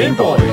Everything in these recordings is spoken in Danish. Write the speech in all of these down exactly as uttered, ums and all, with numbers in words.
Game Boys.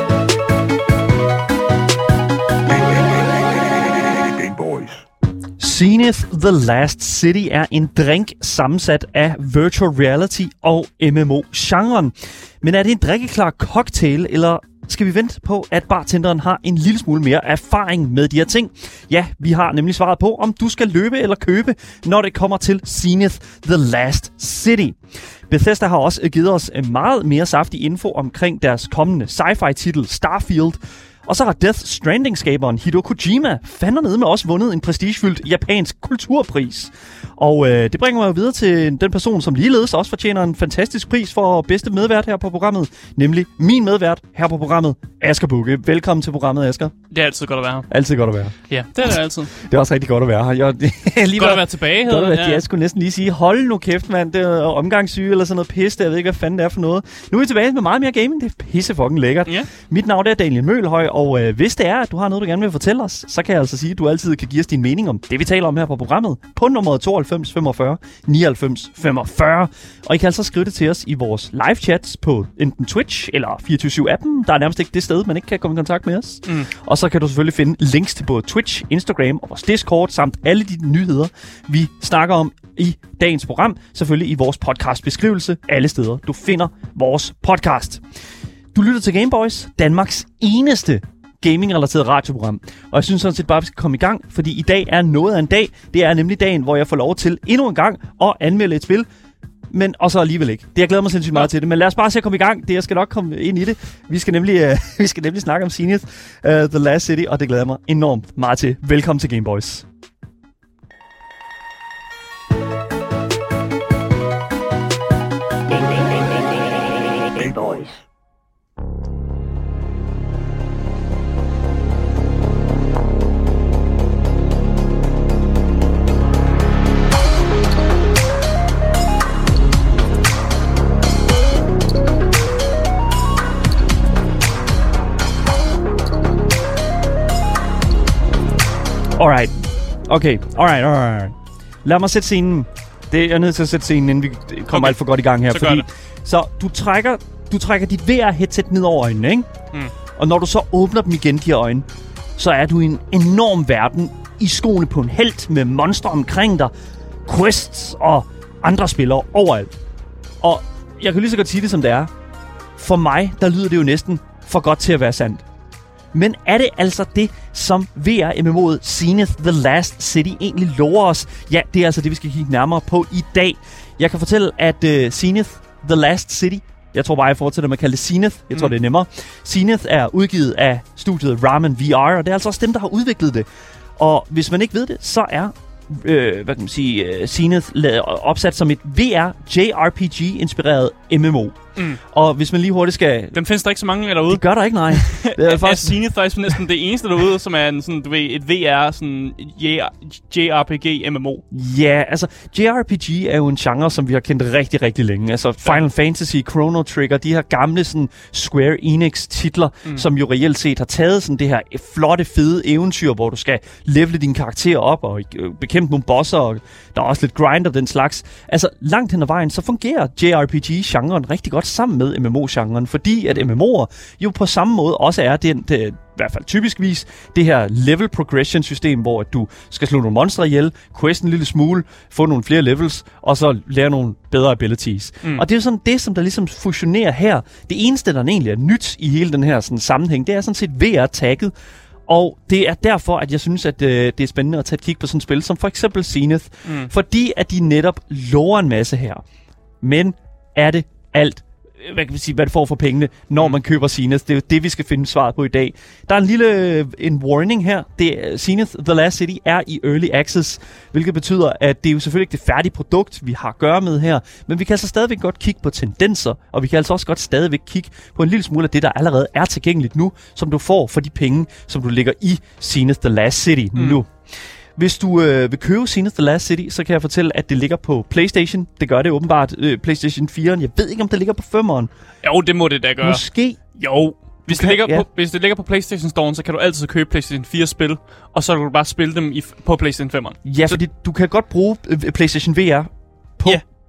Game Boys. Zenith The Last City er en drink sammensat af virtual reality og M M O-genren. Men er det en drikkeklar cocktail, eller skal vi vente på, at bartenderen har en lille smule mere erfaring med de her ting? Ja, vi har nemlig svaret på, om du skal løbe eller købe, når det kommer til Zenith The Last City. Bethesda har også givet os meget mere saftig info omkring deres kommende sci-fi-titel Starfield. Og så har Death Stranding-skaberen Hideo Kojima fandme med også vundet en prestigefyldt japansk kulturpris. Og øh, det bringer mig jo videre til den person, som ligeledes også fortjener en fantastisk pris for bedste medvært her på programmet. Nemlig min medvært her på programmet, Asger Bukke. Velkommen til programmet, Asger. Det er altid godt at være her. Altid godt at være. Ja, det er det altid. Det er også rigtig godt at være her. Jeg, det, lige godt var, at være tilbage. Godt at være, ja. Jeg skulle næsten lige sige, hold nu kæft, mand. Det er omgangssyge eller sådan noget pis. Jeg ved ikke, hvad fanden det er for noget. Nu er vi tilbage med meget mere gaming. Det er pisse fucking lækkert. Ja. Mit navn er Daniel Møhlhøj, og øh, hvis det er, at du har noget, du gerne vil fortælle os, så kan jeg altså sige, at du altid kan give os din mening om det, vi taler om her på programmet, på nummer tooghalvfems femogfyrre nioghalvfems femogfyrre. Og I kan altså skrive det til os i vores live chats på enten Twitch eller fireogtyve syv appen. Der er nærmest ikke det sted, man ikke kan komme i kontakt med os. Mm. Og så kan du selvfølgelig finde links til både Twitch, Instagram og vores Discord, samt alle de nyheder, vi snakker om i dagens program. Selvfølgelig i vores podcastbeskrivelse, alle steder, du finder vores podcast. Du lytter til Game Boys, Danmarks eneste gaming-relateret radioprogram. Og jeg synes sådan set bare, at vi skal komme i gang, fordi i dag er noget af en dag. Det er nemlig dagen, hvor jeg får lov til endnu en gang at anmelde et spil. Men og så alligevel ikke. Det jeg glæder mig sindssygt meget til det. Men lad os bare se at komme i gang. Det jeg skal nok komme ind i det. Vi skal nemlig, uh, vi skal nemlig snakke om Zenith uh, The Last City, og det glæder jeg mig enormt meget til. Velkommen til Game Boys. Game Boys. Alright. Okay. Alright, alright. Lad mig sætte scenen. Det er jeg nødt til at sætte scenen, inden vi kommer okay. alt for godt i gang her. Så fordi, så du trækker, du trækker dit V R-headset ned over øjnene, ikke? Mm. Og når du så åbner dem igen, de her øjne, så er du i en enorm verden i skoene på en helt med monster omkring dig, quests og andre spillere overalt. Og jeg kan lige så godt sige det, som det er. For mig, der lyder det jo næsten for godt til at være sandt. Men er det altså det, som V R-M M O'et Zenith The Last City egentlig lover os? Ja, det er altså det, vi skal kigge nærmere på i dag. Jeg kan fortælle, at uh, Zenith The Last City, jeg tror bare, jeg fortsætter med at kalde det Zenith. Jeg tror, mm. det er nemmere. Zenith er udgivet af studiet Ramen V R, og det er altså også dem, der har udviklet det. Og hvis man ikke ved det, så er øh, hvad kan man sige, uh, Zenith opsat som et V R J R P G-inspireret M M O. Mm. Og hvis man lige hurtigt skal... Den findes der ikke så mange af derude. Det gør der ikke, nej. Det er faktisk... Zenith faktisk næsten det eneste derude, som er en, sådan, du ved, et V R, sådan J R P G M M O. Ja, altså J R P G er jo en genre, som vi har kendt rigtig, rigtig længe. Altså Final ja. Fantasy, Chrono Trigger, de her gamle sådan, Square Enix-titler, mm. som jo reelt set har taget sådan, det her flotte, fede eventyr, hvor du skal levele dine karakterer op og bekæmpe nogle bosser, og der er også lidt grind og den slags. Altså langt hen ad vejen, så fungerer J R P G-genren rigtig godt sammen med M M O-genren, fordi at M M O'er jo på samme måde også er den, det, i hvert fald typiskvis, det her level progression system, hvor du skal slå nogle monstre ihjel, quest en lille smule, få nogle flere levels, og så lære nogle bedre abilities. Mm. Og det er jo sådan det, som der ligesom fusionerer her. Det eneste, der egentlig er nyt i hele den her sådan, sammenhæng, det er sådan set V R-tagget. Og det er derfor, at jeg synes, at øh, det er spændende at tage et kig på sådan et spil, som for eksempel Zenith. Mm. Fordi at de netop lover en masse her. Men er det alt, hvad kan vi sige, hvad det får for pengene, når man køber Zenith? Det er jo det, vi skal finde svaret på i dag. Der er en lille en warning her. Det er, Zenith The Last City er i Early Access, hvilket betyder, at det er jo selvfølgelig ikke det færdige produkt, vi har at gøre med her, men vi kan altså stadigvæk godt kigge på tendenser, og vi kan altså også godt stadigvæk kigge på en lille smule af det, der allerede er tilgængeligt nu, som du får for de penge, som du lægger i Zenith The Last City mm. nu. Hvis du øh, vil købe Zenith The Last City, så kan jeg fortælle, at det ligger på PlayStation. Det gør det åbenbart. Øh, PlayStation fire. Jeg ved ikke, om det ligger på femeren. Jo, det må det da gøre. Måske. Jo. Hvis, kan, det ligger ja. på, hvis det ligger på PlayStation Store, så kan du altid købe PlayStation fire-spil, og så kan du bare spille dem i, på PlayStation femeren. Ja, så fordi du kan godt bruge øh, PlayStation V R på yeah.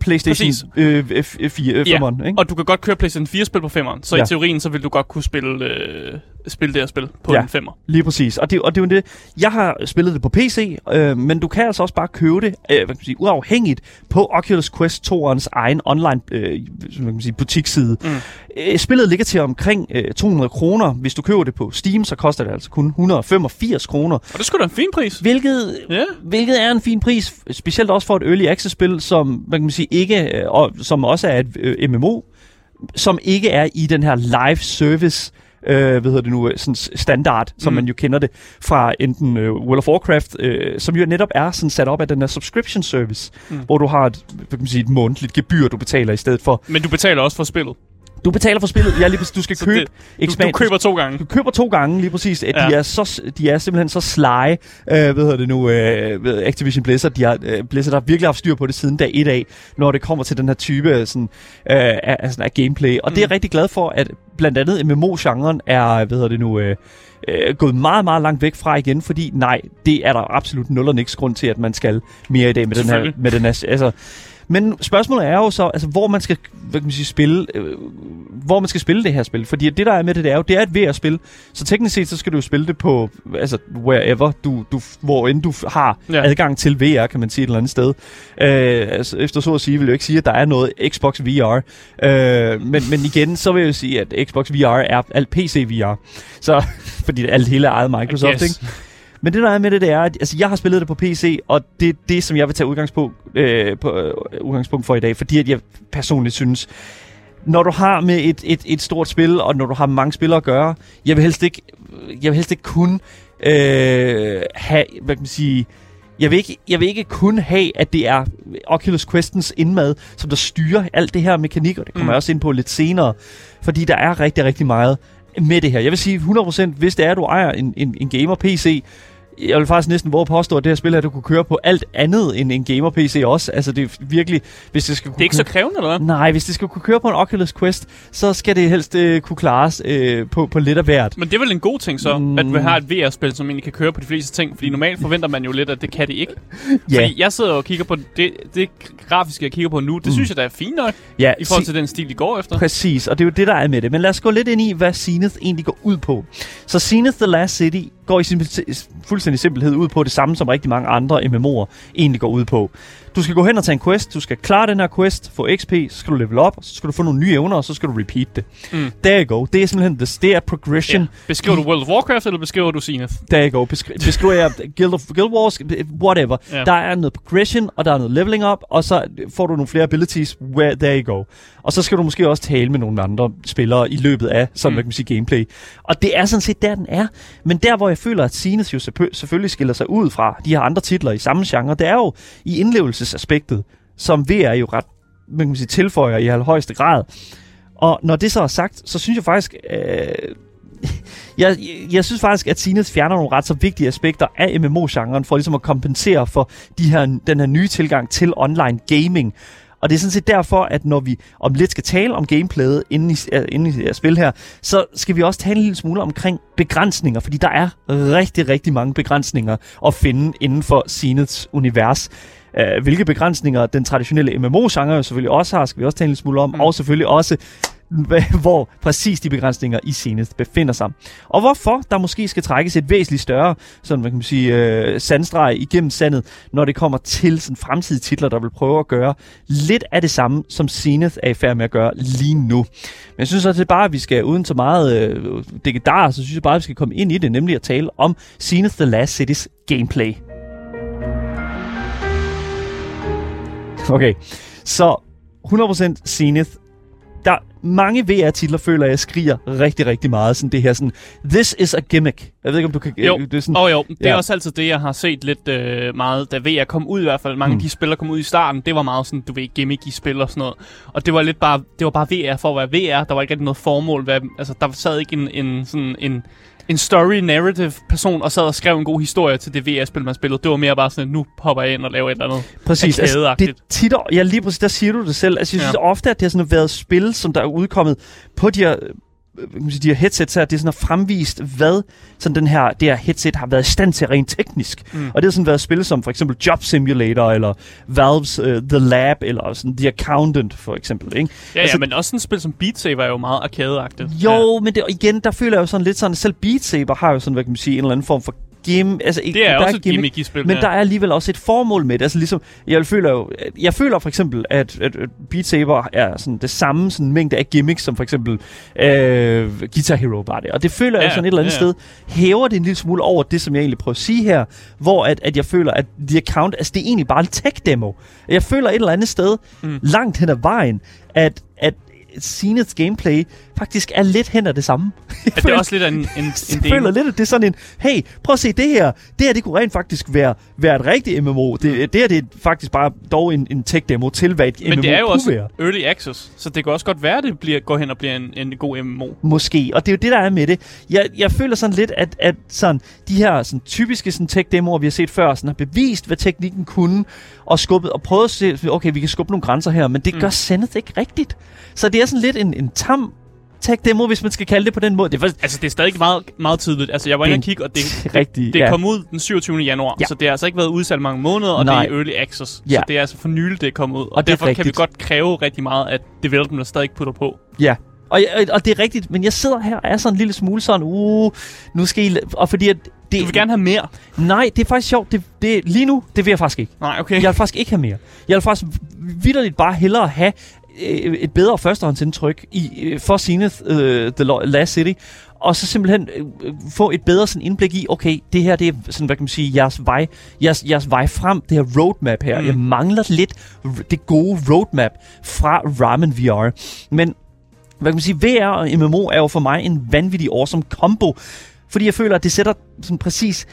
PlayStation øh, fire, øh, ja, femeren, ikke? Og du kan godt køre PlayStation fire-spil på femeren, så ja. I teorien så vil du godt kunne spille, øh, spille det her spil på ja, en femmer. Lige præcis. Og det, og det er jo det. Jeg har spillet det på P C, øh, men du kan altså også bare købe det øh, hvad kan man sige, uafhængigt på Oculus Quest toerens egen online øh, hvad kan man sige, butiksside. Mm. Øh, spillet ligger til omkring øh, to hundrede kroner. Hvis du køber det på Steam, så koster det altså kun et hundrede og femogfirs kroner. Og det skulle da en fin pris. Hvilket, yeah. hvilket er en fin pris, specielt også for et early access-spil, som hvad kan man sige, ikke, øh, og, som også er et øh, M M O, som ikke er i den her live service øh, hvad hedder det nu, sådan standard, som mm. man jo kender det fra enten øh, World of Warcraft, øh, som jo netop er sådan sat op af den her subscription service, mm. hvor du har et, hvad kan man sige, et månedligt gebyr, du betaler i stedet for. Men du betaler også for spillet. Du betaler for spillet. Ja, lige præcis. Du skal købe det, du, du køber to gange. Du køber to gange, lige præcis. Ja. De, er så, de er simpelthen så sly. Øh, hvad hedder det nu? Øh, Activision Blizzard. De har, øh, Blizzard har virkelig haft styr på det siden dag et af, når det kommer til den her type sådan, øh, af, sådan, af gameplay. Og mm. det er jeg rigtig glad for, at blandt andet M M O-genren er, hvad hedder det nu, øh, øh, gået meget, meget langt væk fra igen, fordi nej, det er der absolut nul og niks grund til, at man skal mere i dag med den her, med den her, altså. Men spørgsmålet er jo så, altså, hvor man skal, hvad kan man sige, spille, øh, hvor man skal spille det her spil. Fordi det, der er med det, det er jo, det er et V R-spil. Så teknisk set, så skal du jo spille det på, altså, wherever, du, du, hvor end du har ja. adgang til V R, kan man sige, et eller andet sted. Øh, altså, efter så at sige, vil jeg jo ikke sige, at der er noget Xbox V R. Øh, men, men igen, så vil jeg jo sige, at Xbox V R er alt P C V R. Så, fordi alt hele er ejet Microsoft, ikke? Men det, der er med det, det er, at altså, jeg har spillet det på P C, og det er det, som jeg vil tage udgangspunkt, øh, på, øh, udgangspunkt for i dag, fordi at jeg personligt synes, når du har med et, et, et stort spil, og når du har mange spillere at gøre, jeg vil helst ikke, jeg vil helst ikke kun øh, have, hvad kan man sige, jeg vil, ikke, jeg vil ikke kun have, at det er Oculus Questens indmad, som der styrer alt det her mekanik, og det kommer mm. jeg også ind på lidt senere, fordi der er rigtig, rigtig meget med det her. Jeg vil sige hundrede procent, hvis det er, at du ejer en, en, en gamer-P C, jeg vil faktisk næsten våge at påstå, at det her spil her, du kunne køre på alt andet end en gamer-P C også. Altså det er virkelig, hvis det skal kunne... Det er ikke så krævende, eller hvad? Nej, hvis det skal kunne køre på en Oculus Quest, så skal det helst øh, kunne klares øh, på, på lidt af hvert. Men det er vel en god ting så, mm. at vi har et V R-spil, som egentlig kan køre på de fleste ting, fordi normalt forventer man jo lidt, at det kan det ikke. Yeah. Fordi jeg sidder og kigger på det, det grafiske, jeg kigger på nu, det mm. synes jeg, der er fint nok, yeah, i forhold til den stil, de går efter. Præcis, og det er jo det, der er med det. Men lad os gå lidt ind i, hvad Zenith egentlig går ud på. Så Zenith The Last City går i sin fuldstændig simpelhed ud på det samme, som rigtig mange andre M M O'er egentlig går ud på. Du skal gå hen og tage en quest, du skal klare den her quest, få X P, så skal du level op, så skal du få nogle nye evner, og så skal du repeat det. Mm. There you go. Det er simpelthen det, det er progression. Yeah. Beskriver du World of Warcraft, eller beskriver du Zenith? There you go. Beskri- beskriver jeg Guild, of, Guild Wars, whatever. Yeah. Der er noget progression, og der er noget leveling up, og så får du nogle flere abilities, where there you go. Og så skal du måske også tale med nogle andre spillere i løbet af, sådan mm. man kan sige, gameplay. Og det er sådan set der, den er. Men der, hvor jeg føler, at Zenith jo selvfølgelig skiller sig ud fra de her andre titler i samme genre, det er jo i indlevelsesaspektet, som V R jo ret, man kan sige, tilføjer i allerhøjeste grad. Og når det så er sagt, så synes jeg faktisk, øh, jeg, jeg synes faktisk, at Zenith fjerner nogle ret så vigtige aspekter af M M O-genren, for ligesom at kompensere for de her, den her nye tilgang til online gaming. Og det er sådan set derfor, at når vi om lidt skal tale om gameplayet inden i, uh, inden i det her spil her, så skal vi også tale en lille smule omkring begrænsninger, fordi der er rigtig, rigtig mange begrænsninger at finde inden for Zeniths univers. Uh, hvilke begrænsninger den traditionelle M M O-genre jo selvfølgelig også har, skal vi også tale en lille smule om, mm. og selvfølgelig også hvor præcis de begrænsninger i Zenith befinder sig. Og hvorfor der måske skal trækkes et væsentligt større, sådan man kan sige, øh, sandstreg igennem sandet, når det kommer til sådan fremtidige titler, der vil prøve at gøre lidt af det samme, som Zenith er i færd med at gøre lige nu. Men jeg synes også, det er bare, at vi skal uden så meget øh, digedar, så synes jeg bare, at vi skal komme ind i det, nemlig at tale om Zenith The Last City's gameplay. Okay, så hundrede procent Zenith. Der mange V R-titler, føler jeg, skriger rigtig, rigtig meget. Sådan det her sådan, this is a gimmick. Jeg ved ikke, om du kan... Jo, det er sådan, oh, jo. Det er ja. også altid det, jeg har set lidt øh, meget, da V R kom ud i hvert fald. Mange mm. af de spillere kom ud i starten. Det var meget sådan, du ved, gimmick i spil og sådan noget. Og det var lidt bare, det var bare V R for at være V R. Der var ikke rigtig noget formål. Hvad, altså, der sad ikke en, en sådan en... en story-narrative-person, og sad og skrev en god historie til det V R-spil, man spillede. Det var mere bare sådan, at nu hopper jeg ind og laver et eller andet. Præcis. Altså, det tit, ja, lige præcis, der siger du det selv. Altså, jeg synes ja. ofte, at det har sådan været spil, som der er udkommet på de her kan man sige, de her headsets her, det er sådan at fremvist, hvad sådan den her, det her headset har været i stand til rent teknisk. Mm. Og det har sådan været spil som for eksempel Job Simulator, eller Valves uh, The Lab, eller sådan The Accountant, for eksempel. Ikke? Ja, altså, ja, men også sådan et spil som Beat Saber er jo meget arcade-agtigt. Jo, ja. men det, igen, der føler jeg jo sådan lidt sådan, at selv Beat Saber har jo sådan, hvad kan man sige, en eller anden form for game, altså ikke, det er der også er et gimmick i spil, men ja. der er alligevel også et formål med det. Altså ligesom, jeg føler jo, jeg føler for eksempel, at, at, at Beat Saber er sådan det samme sådan mængde af gimmicks, som for eksempel øh, Guitar Hero bare det. Og det føler ja, jeg sådan et eller andet ja, ja. sted, hæver det en lille smule over det, som jeg egentlig prøver at sige her, hvor at, at jeg føler, at The Account, altså det er egentlig bare en tech-demo. Jeg føler et eller andet sted, mm. langt hen ad vejen, at, at Zeniths gameplay faktisk er lidt hen af det samme. Ja, det er også lidt en, en, en jeg føler lidt, at det er sådan en, hey, prøv at se det her. Det her, det kunne rent faktisk være, være et rigtigt M M O. Det, det her, det er faktisk bare dog en, en tech-demo til, hvad et Men M M O det er jo også være. early access, så det kan også godt være, at det bliver, går hen og bliver en, en god M M O. Måske, og det er jo det, der er med det. Jeg, jeg føler sådan lidt, at, at sådan, de her sådan, typiske sådan, tech-demoer, vi har set før, sådan, har bevist, hvad teknikken kunne, og skubbet og prøvet at se, okay, vi kan skubbe nogle grænser her, men det mm. gør Zenith ikke rigtigt. Så det er sådan lidt en, en tam tech-demo, hvis man skal kalde det på den måde. Det er faktisk, altså, det er stadig meget, meget tidligt. Altså, jeg var inde og kigge, og det, rigtig, det, det ja. kom ud den syvogtyvende januar, ja. Så det har altså ikke været udsat mange måneder, og Nej. det er early access. Ja. Så det er altså for nylig, det er kommet ud. Og, og derfor rigtigt. kan vi godt kræve rigtig meget, at development stadig putter på. Ja. Og, og det er rigtigt, men jeg sidder her og er sådan en lille smule sådan, uh, nu skal I... Og fordi at det, du vil gerne have mere? Nej, det er faktisk sjovt. Det, det, lige nu, det vil jeg faktisk ikke. Nej, okay. Jeg vil faktisk ikke have mere. Jeg vil faktisk vitterligt bare hellere have et bedre førstehåndsindtryk i, for Zenith, uh, The Last City, og så simpelthen uh, få et bedre sådan indblik i, okay, det her, det er sådan, hvad kan man sige, jeres vej, jeres, jeres vej frem, det her roadmap her. Mm. Jeg mangler lidt det gode roadmap fra Ramen V R. Men, hvad kan man sige, V R og M M O er jo for mig en vanvittig awesome combo, fordi jeg føler, at det sætter sådan præcis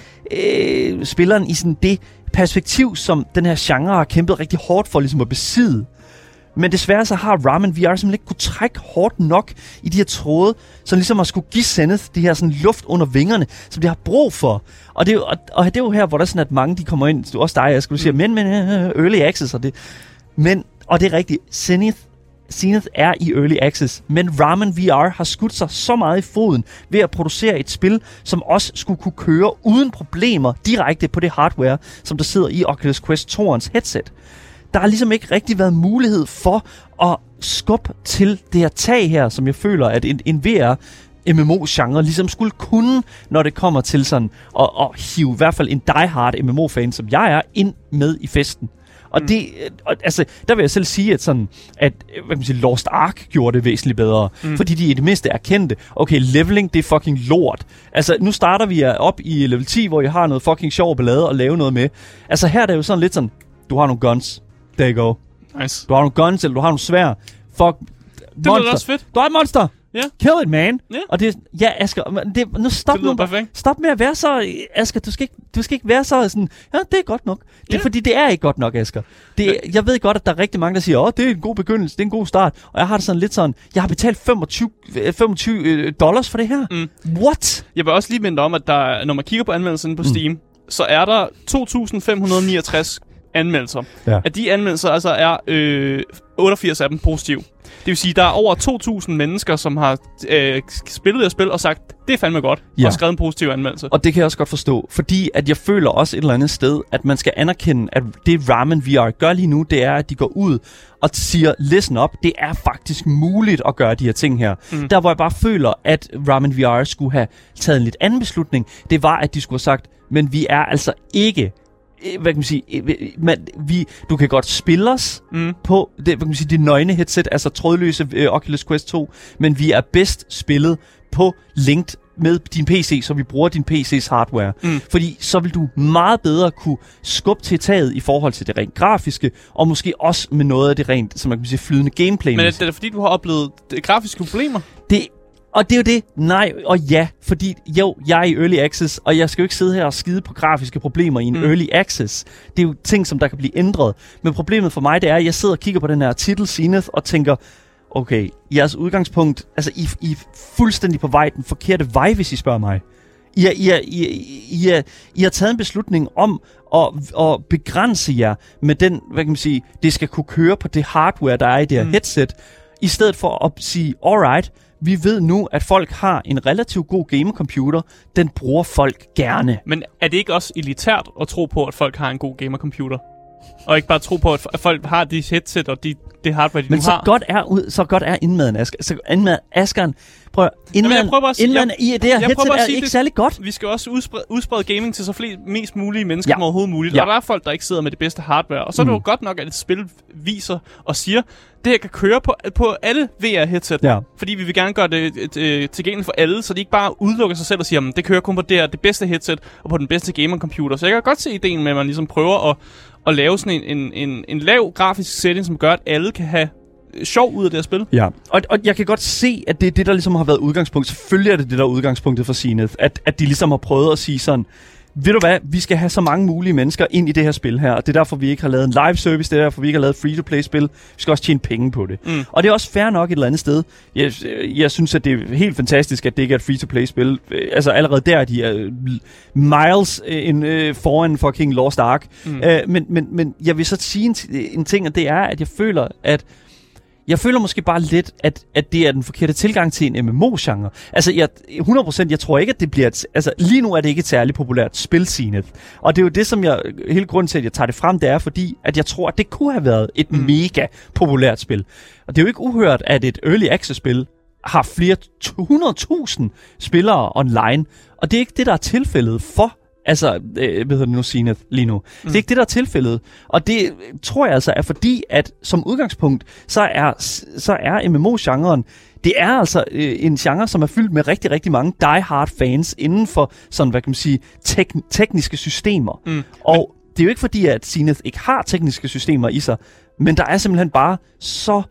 øh, spilleren i sådan det perspektiv, som den her genre har kæmpet rigtig hårdt for ligesom at besidde. Men desværre så har Ramen V R simpelthen ikke kunne trække hårdt nok i de her tråde, så ligesom at skulle give Zenith det her sådan luft under vingerne, som de har brug for. Og det er jo, og, og det er jo her, hvor der sådan, at mange de kommer ind, også dig, jeg skulle sige, men, men, early access og det. Men, og det er rigtigt, Zenith, Zenith er i early access, men Ramen V R har skudt sig så meget i foden ved at producere et spil, som også skulle kunne køre uden problemer direkte på det hardware, som der sidder i Oculus Quest to'ernes headset. Der har ligesom ikke rigtig været mulighed for at skubbe til det her tag her, som jeg føler, at en, en V R M M O-genre ligesom skulle kunne, når det kommer til sådan at, at hive i hvert fald en diehard M M O-fan, som jeg er, ind med i festen. Og mm. det, og, altså, der vil jeg selv sige, at sådan, at, hvad kan man sige, Lost Ark gjorde det væsentligt bedre, mm. fordi de i det mindste erkendte, okay, leveling, det er fucking lort. Altså, nu starter vi op i level ti, hvor jeg har noget fucking sjov ballade at lave noget med. Altså, her er det jo sådan lidt sådan, du har nogle guns, there you go. Nice. Du har nogle guns, eller du har nogle svær. Fuck, det lyder også fedt. Du er et monster. Yeah. Kill it, man. Yeah. Og det, ja, Asger, det, nu stop det nu. Perfekt. Stop med at være så, Asger, du skal ikke, du skal ikke være så sådan, ja, det er godt nok. Det er, yeah. fordi det er ikke godt nok, Asger. Det, jeg ved godt, at der er rigtig mange, der siger, åh, det er en god begyndelse, det er en god start. Og jeg har det sådan lidt sådan, jeg har betalt femogtyve dollars for det her. Mm. What? Jeg vil også lige minde om, at der, når man kigger på anmeldelsen på Steam, mm. så er der to tusind fem hundrede niogtres anmeldelser. Ja. At de anmeldelser altså er øh, otteogfirs af dem positive. Det vil sige, der er over to tusind mennesker, som har øh, spillet et spil og sagt, det er fandme godt, ja. Og skrevet en positiv anmeldelse. Og det kan jeg også godt forstå, fordi at jeg føler også et eller andet sted, at man skal anerkende, at det Ramen V R gør lige nu, det er, at de går ud og siger, listen up, det er faktisk muligt at gøre de her ting her. Mm. Der hvor jeg bare føler, at Ramen V R skulle have taget en lidt anden beslutning, det var, at de skulle have sagt, men vi er altså ikke... Hvad kan man sige, man, vi, du kan godt spille os mm. på det, hvad kan man sige, det nøgne headset, altså trådløse uh, Oculus Quest to, men vi er bedst spillet på linked med din P C, så vi bruger din P C's hardware. Mm. Fordi så vil du meget bedre kunne skubbe til taget i forhold til det rent grafiske, og måske også med noget af det rent, som man kan sige, flydende gameplay. Men er det fordi, du har oplevet grafiske problemer? Det Og det er jo det. Nej og ja. Fordi jo, jeg er i Early Access, og jeg skal jo ikke sidde her og skide på grafiske problemer i en mm. Early Access. Det er jo ting, som der kan blive ændret. Men problemet for mig, det er, at jeg sidder og kigger på den her titel Zenith og tænker, okay, jeres udgangspunkt, altså I, I er fuldstændig på vej den forkerte vej, hvis I spørger mig. I, er, I, er, I, er, I, er, I har taget en beslutning om at, at begrænse jer med den, hvad kan man sige, det skal kunne køre på det hardware, der er i det her mm. headset, i stedet for at sige, alright, vi ved nu, at folk har en relativt god gamercomputer. Den bruger folk gerne. Men er det ikke også elitært at tro på, at folk har en god gamercomputer? Og ikke bare tro på, at folk har de headset og de, det hardware, de Men nu så har. godt er ud, så godt er indmaden, Asger. Så indmad, Askeren, prøv at, indmaden, Jamen, sige, indmaden i det her headset er ikke det, særlig godt. Vi skal også udsprede, udsprede gaming til så flere, mest mulige mennesker Ja. som overhovedet muligt. Ja. Og der er folk, der ikke sidder med det bedste hardware. Og så er det Mm. jo godt nok, at et spil viser og siger, det her kan køre på, på alle V R-headset. Ja. Fordi vi vil gerne gøre det et, et, tilgængeligt for alle, så de ikke bare udelukker sig selv og siger, det kører kun på det her, det bedste headset og på den bedste gamer-computer. Så jeg kan godt se ideen med, at man ligesom prøver at, at lave sådan en, en, en, en lav grafisk setting, som gør, at alle kan have sjov ud af det her spil. Ja, og, og jeg kan godt se, at det er det, der ligesom har været udgangspunkt. Selvfølgelig er det det, der er udgangspunktet for Zenith. At, at de ligesom har prøvet at sige sådan, ved du hvad, vi skal have så mange mulige mennesker ind i det her spil her, og det er derfor, vi ikke har lavet en live service, det er derfor, vi ikke har lavet free-to-play-spil. Vi skal også tjene penge på det. Mm. Og det er også fair nok et eller andet sted. Jeg, jeg synes, at det er helt fantastisk, at det ikke er et free-to-play-spil. Altså allerede der, de er miles in, uh, foran fucking Lost Ark. Mm. Uh, men, men, men jeg vil så sige en, en ting, og det er, at jeg føler, at Jeg føler måske bare lidt, at, at det er den forkerte tilgang til en M M O-genre. Altså, jeg, hundrede procent, jeg tror ikke, at det bliver et, altså, lige nu er det ikke et særligt populært spil, Zenith. Og det er jo det, som jeg, hele grunden til, at jeg tager det frem, det er fordi, at jeg tror, at det kunne have været et mm. mega populært spil. Og det er jo ikke uhørt, at et Early Access-spil har flere hundrede tusind spillere online. Og det er ikke det, der er tilfældet for Altså, øh, hvad hedder det nu, Zenith lige nu. Mm. Det er ikke det, der er tilfældet. Og det tror jeg altså er fordi, at som udgangspunkt, så er, så er M M O-genren, det er altså øh, en genre, som er fyldt med rigtig, rigtig mange die-hard fans inden for sådan, hvad kan man sige, tek- tekniske systemer. Mm. Og men det er jo ikke fordi, at Zenith ikke har tekniske systemer i sig, men der er simpelthen bare så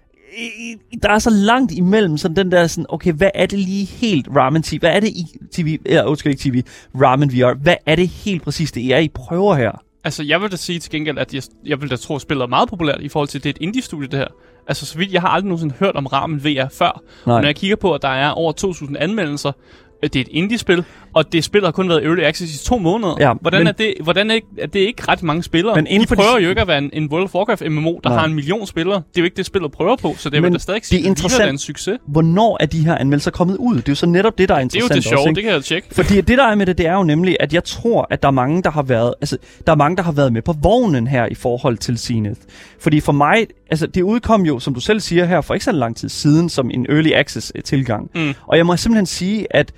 der er så langt imellem sådan den der sådan, okay, hvad er det lige helt Ramen T V? Hvad er det i T V? Eller, undskyld ikke T V. Ramen V R. Hvad er det helt præcis, det er, I prøver her? Altså, jeg vil da sige til gengæld, at jeg, jeg vil da tro, at spillet er meget populært i forhold til, at det er et indie-studie, det her. Altså, så vidt jeg har aldrig nogensinde hørt om Ramen V R før. Nej. Når jeg kigger på, at der er over to tusind anmeldelser, det er et indie-spil, og det spil har kun været early access i to måneder. Ja, hvordan men, er det? Hvordan er, er det ikke ret mange spillere? Men de prøver de jo ikke at være en, en World of Warcraft M M O, der nej. har en million spillere. Det er jo ikke det, spillet prøver på, så det vil da stadig sige, at det er en succes. Hvornår er de her anmeldelser kommet ud? Det er jo så netop det, der er interessant. Det er jo det sjove, også, det kan jeg tjekke. Fordi det, der er med det, det er jo nemlig, at jeg tror, at der er mange, der har været, altså, der er mange, der har været med på vognen her i forhold til Zenith. Fordi for mig, altså, det udkom jo, som du selv siger her, for ikke så lang tid siden, som en early access tilgang. Mm. Og jeg må simpelthen sige, at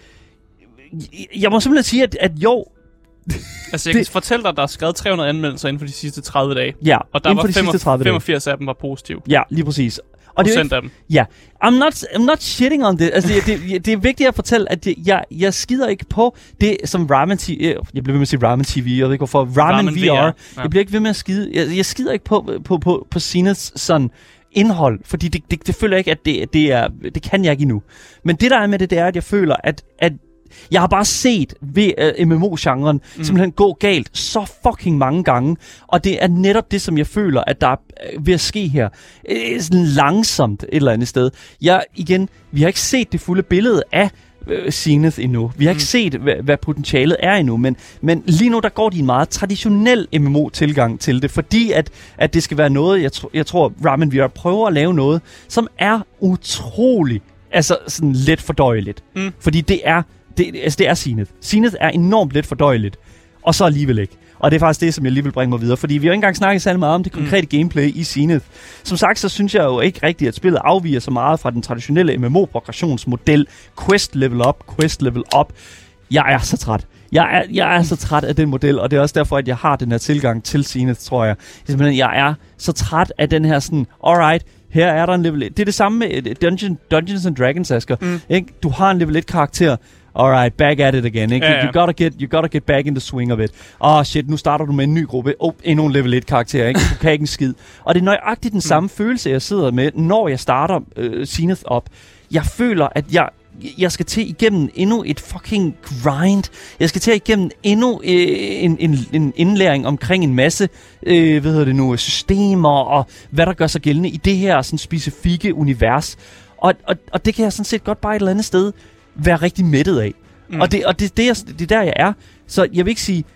Jeg må simpelthen sige, at, at jo... altså, jeg det, kan fortælle dig, at der er skrevet tre hundrede anmeldelser inden for de sidste tredive dage. Ja, og der var de femogfirs af dem var positive. Ja, lige præcis. Og procent af dem. Ja. I'm not, I'm not shitting on det. Altså, det, det, det er vigtigt at fortælle, at det, jeg, jeg skider ikke på det, som Ramen T V... Jeg bliver ved med at sige Ramen T V, jeg ved ikke hvorfor. Ramen, Ramen V R. Ja. Jeg bliver ikke ved med at skide... Jeg, jeg skider ikke på, på, på, på Zeniths sådan indhold, fordi det, det, det føler jeg ikke, at det, det er... Det kan jeg ikke endnu. Men det, der er med det, det er, at jeg føler, at... at jeg har bare set ved uh, M M O-genren mm. simpelthen gå galt så fucking mange gange. Og det er netop det, som jeg føler, at der er uh, ved at ske her. Uh, sådan langsomt et eller andet sted. Jeg, igen, vi har ikke set det fulde billede af uh, Zenith endnu. Vi har mm. ikke set, hvad, hvad potentialet er endnu. Men, men lige nu, der går de en meget traditionel M M O-tilgang til det. Fordi at, at det skal være noget, jeg, tr- jeg tror, Ramen V R prøver at lave noget, som er utrolig, altså sådan let fordøjeligt. Mm. Fordi det er Det, altså det er Zenith. Zenith er enormt let fordøjeligt, og så alligevel ikke. Og det er faktisk det, som jeg lige vil bringe mig videre, fordi vi har ikke engang snakket særlig meget om det konkrete mm. gameplay i Zenith. Som sagt, så synes jeg jo ikke rigtigt, at spillet afviger så meget fra den traditionelle M M O-progressionsmodel. Quest level up, quest level up. Jeg er så træt. Jeg er, jeg er så træt af den model, og det er også derfor, at jeg har den her tilgang til Zenith, tror jeg. Simpelthen, jeg er så træt af den her sådan, alright, her er der en level et. Det er det samme med Dungeon, Dungeons and Dragons, Asger. Mm. Ikke? Du har en level et karakter. Alright, back at it again. Ikke? Ja, ja. You gotta get, you gotta get back in the swing of it. Åh oh, shit, nu starter du med en ny gruppe. Åh, oh, endnu en level et karakter, ikke? Du kan ikke en skid. Og det er nøjagtigt den samme mm. følelse, jeg sidder med, når jeg starter øh, Zenith op. Jeg føler, at jeg, jeg skal til igennem endnu et fucking grind. Jeg skal til igennem endnu øh, en, en, en indlæring omkring en masse øh, hvad hedder det nu, systemer og hvad der gør sig gældende i det her sådan specifikke univers. Og, og, og det kan jeg sådan set godt bare et eller andet sted være rigtig mættet af. Mm. Og, det, og det, det, er, det er der, jeg er. Så jeg vil ikke sige...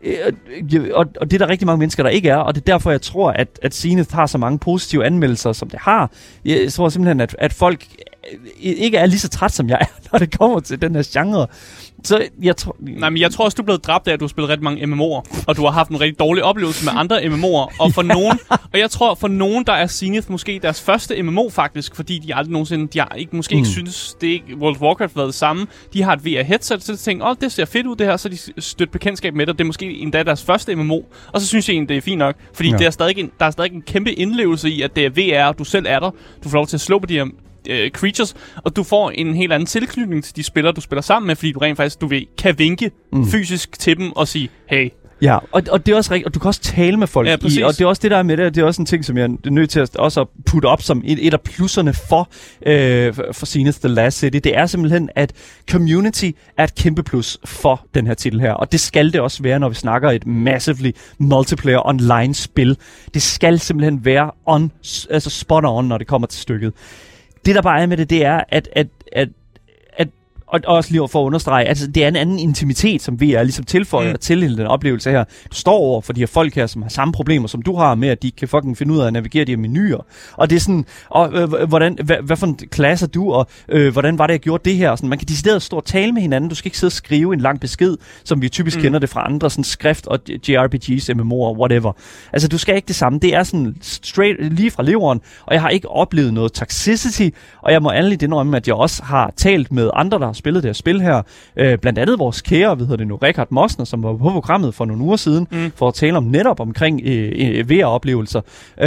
Øh, og, og det er der rigtig mange mennesker, der ikke er. Og det er derfor, jeg tror, at, at Zenith har så mange positive anmeldelser, som det har. Jeg tror simpelthen, at, at folk ikke er lige så træt, som jeg er, når det kommer til den her genre. Så jeg tror... Nej, men jeg tror også, du er blevet dræbt af, at du har spillet rigtig mange M M O'er, og du har haft en rigtig dårlig oplevelse med andre M M O'er, og for nogen, og jeg tror, for nogen, der er Zenith måske deres første M M O faktisk, fordi de aldrig nogensinde, de har ikke, måske mm. ikke synes, det er ikke World of Warcraft har været det samme. De har et V R-headset, så de tænker, åh, oh, det ser fedt ud det her, så de støtter bekendtskab med det, det er måske endda deres første M M O, og så synes jeg egentlig, det er fint nok, fordi ja. det er stadig en, der er stadig en kæmpe indlevelse i, at det er V R, og du selv er der, du får lov til at slå på de her Uh, creatures, og du får en helt anden tilknytning til de spillere, du spiller sammen med, fordi du rent faktisk, du ved, kan vinke mm. fysisk til dem og sige, hey. Ja, og, og det er også rigtigt, og du kan også tale med folk ja, i, og det er også det, der er med det, det er også en ting, som jeg er nødt til at også at putte op som et, et af plusserne for, øh, for Zenith The Last City. Det er simpelthen, at community er et kæmpe plus for den her titel her, og det skal det også være, når vi snakker et massively multiplayer online spil. Det skal simpelthen være on, altså spot on, når det kommer til stykket. Det, der bare er med det, det er, at, at, at, at og også lige for at understrege, altså det er en anden intimitet, som vi er ligesom tilføjer mm. til den oplevelse her. Du står over for de her folk her, som har samme problemer, som du har med, at de kan fucking finde ud af at navigere de her menuer. Og det er sådan, og, øh, hvordan, hvad, hvad for en klasse er du, og øh, hvordan var det, jeg gjorde det her? Og sådan, man kan decideret stå og tale med hinanden. Du skal ikke sidde og skrive en lang besked, som vi typisk mm. kender det fra andre, sådan skrift og J R P Gs, M M O'er, whatever. Altså, du skal ikke det samme. Det er sådan straight lige fra leveren, og jeg har ikke oplevet noget toxicity, og jeg må endelig indrømme, at jeg også har talt med andre, der har spillet det her spil her. Øh, blandt andet vores kære, hvad hedder det nu, Richard Mosner, som var på programmet for nogle uger siden, mm. for at tale om netop omkring øh, V R-oplevelser.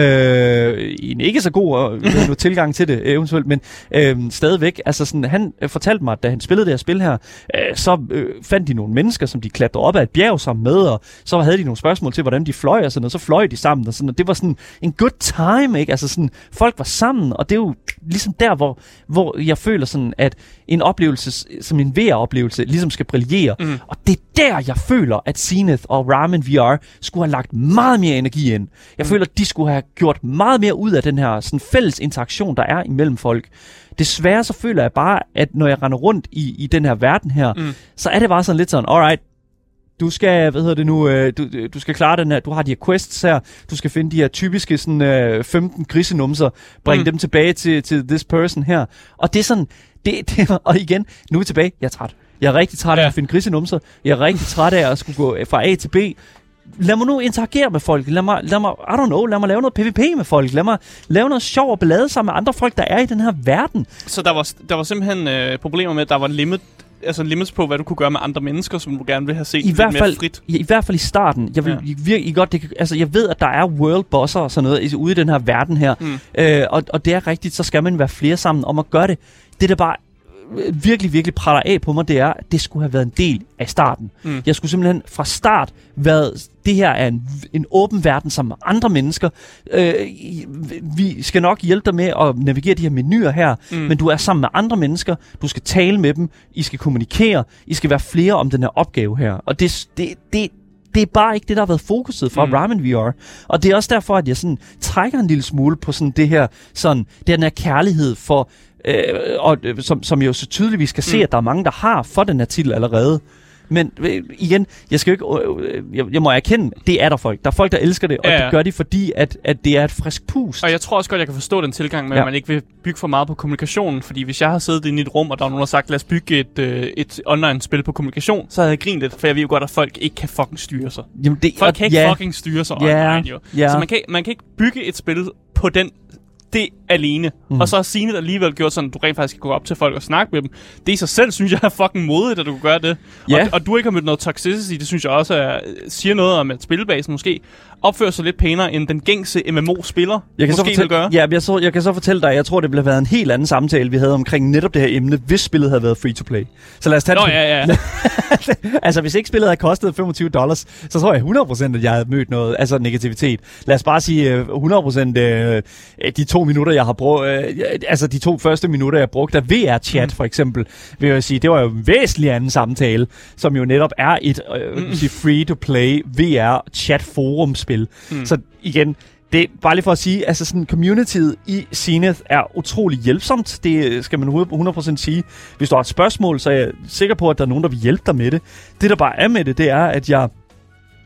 Øh, en ikke så god øh, tilgang til det eventuelt, men øh, stadigvæk, altså sådan, han øh, fortalte mig, at da han spillede det her spil her, øh, så øh, fandt de nogle mennesker, som de klatrede op ad et bjerg sammen med, og så havde de nogle spørgsmål til, hvordan de fløj og sådan noget, så fløj de sammen, og sådan, og det var sådan en good time, ikke? Altså sådan, folk var sammen, og det er jo ligesom der, hvor, hvor jeg føler sådan, at en oplevelse, som en V R-oplevelse, ligesom skal brillere. Mm. Og det er der, jeg føler, at Zenith og Ramen V R skulle have lagt meget mere energi ind. Jeg mm. føler, at de skulle have gjort meget mere ud af den her sådan fælles interaktion, der er imellem folk. Desværre så føler jeg bare, at når jeg render rundt i, i den her verden her, mm. så er det bare sådan lidt sådan, alright, du skal, hvad hedder det nu, øh, du, du skal klare den her, du har de her quests her, du skal finde de her typiske sådan, øh, femten grisenumser, bringe mm. dem tilbage til, til this person her. Og det er sådan, det, det, og igen, nu er vi tilbage, jeg er træt. Jeg er rigtig træt af ja. at finde grisenumser, jeg er rigtig træt af at skulle gå fra A til B. Lad mig nu interagere med folk, lad mig, lad mig, I don't know, lad mig lave noget PvP med folk, lad mig lave noget sjov og ballade sammen med andre folk, der er i den her verden. Så der var, der var simpelthen øh, problemer med, at der var limit, altså limits på, hvad du kunne gøre med andre mennesker, som du gerne vil have set I hvert fald, mere frit. I, I hvert fald i starten. Jeg, vil, ja. virkelig godt, det, altså, jeg ved, at der er world bosser og sådan noget ude i den her verden her. Mm. Øh, og, og det er rigtigt, så skal man være flere sammen om at gøre det. Det der bare virkelig, virkelig praller af på mig, det er, at det skulle have været en del af starten. Mm. Jeg skulle simpelthen fra start været, det her er en, en åben verden sammen med andre mennesker. Øh, vi skal nok hjælpe dig med at navigere de her menuer her, mm. men du er sammen med andre mennesker, du skal tale med dem, I skal kommunikere, I skal være flere om den her opgave her. Og det, det, det, det er bare ikke det, der har været fokuset fra mm. Ramen V R. Og det er også derfor, at jeg sådan trækker en lille smule på sådan det her, sådan, den her kærlighed for Øh, og øh, som, som jo så tydeligvis kan se, mm. at der er mange, der har for den her titel allerede. Men øh, igen, jeg skal jo ikke, øh, jeg, jeg må erkende, det er der folk. Der er folk, der elsker det, og ja, ja. det gør de, fordi at, at det er et frisk pust. Og jeg tror også godt, jeg kan forstå den tilgang med, ja. at man ikke vil bygge for meget på kommunikationen. Fordi hvis jeg har siddet inde i et rum, og der er nogen, der har sagt, lad os bygge et, øh, et online-spil på kommunikation, så havde jeg grinet lidt, for jeg ved jo godt, at folk ikke kan fucking styre sig. Jamen det, folk kan ikke ja. fucking styre sig ja. online, jo. Ja. Så man kan, man kan ikke bygge et spil på den det alene. Mm. Og så har Zenith alligevel gjort sådan, at du rent faktisk kan gå op til folk og snakke med dem. Det i sig selv, synes jeg, er fucking modigt, at du kan gøre det. Yeah. Og, og du ikke har mødt noget toxicity, det synes jeg også er, siger noget om, at spilbasen måske opfører sig lidt pænere, end den gængse M M O-spiller jeg kan måske så fortælle, vil gøre. Ja, jeg, så, jeg kan så fortælle dig, jeg tror, det ville have været en helt anden samtale, vi havde omkring netop det her emne, hvis spillet havde været free-to-play. Så lad os tage Nå, det. ja, ja. Altså, hvis ikke spillet havde kostet femogtyve dollars, så tror jeg hundrede procent, at jeg havde mødt noget, altså negativitet. Lad os bare sige hundrede procent øh, de to minutter, jeg har brugt, øh, altså de to første minutter, jeg brugte af V R-chat, mm. for eksempel, vil jeg sige, det var jo en væsentlig anden samtale, som jo netop er et øh, mm. free-to-play V R-chat-forum-spil. Mm. Så igen, det er bare lige for at sige, altså sådan communityet i Zenith er utrolig hjælpsomt. Det skal man hundrede procent sige. Hvis du har et spørgsmål, så er jeg sikker på, at der er nogen, der vil hjælpe dig med det. Det, der bare er med det, det er, at jeg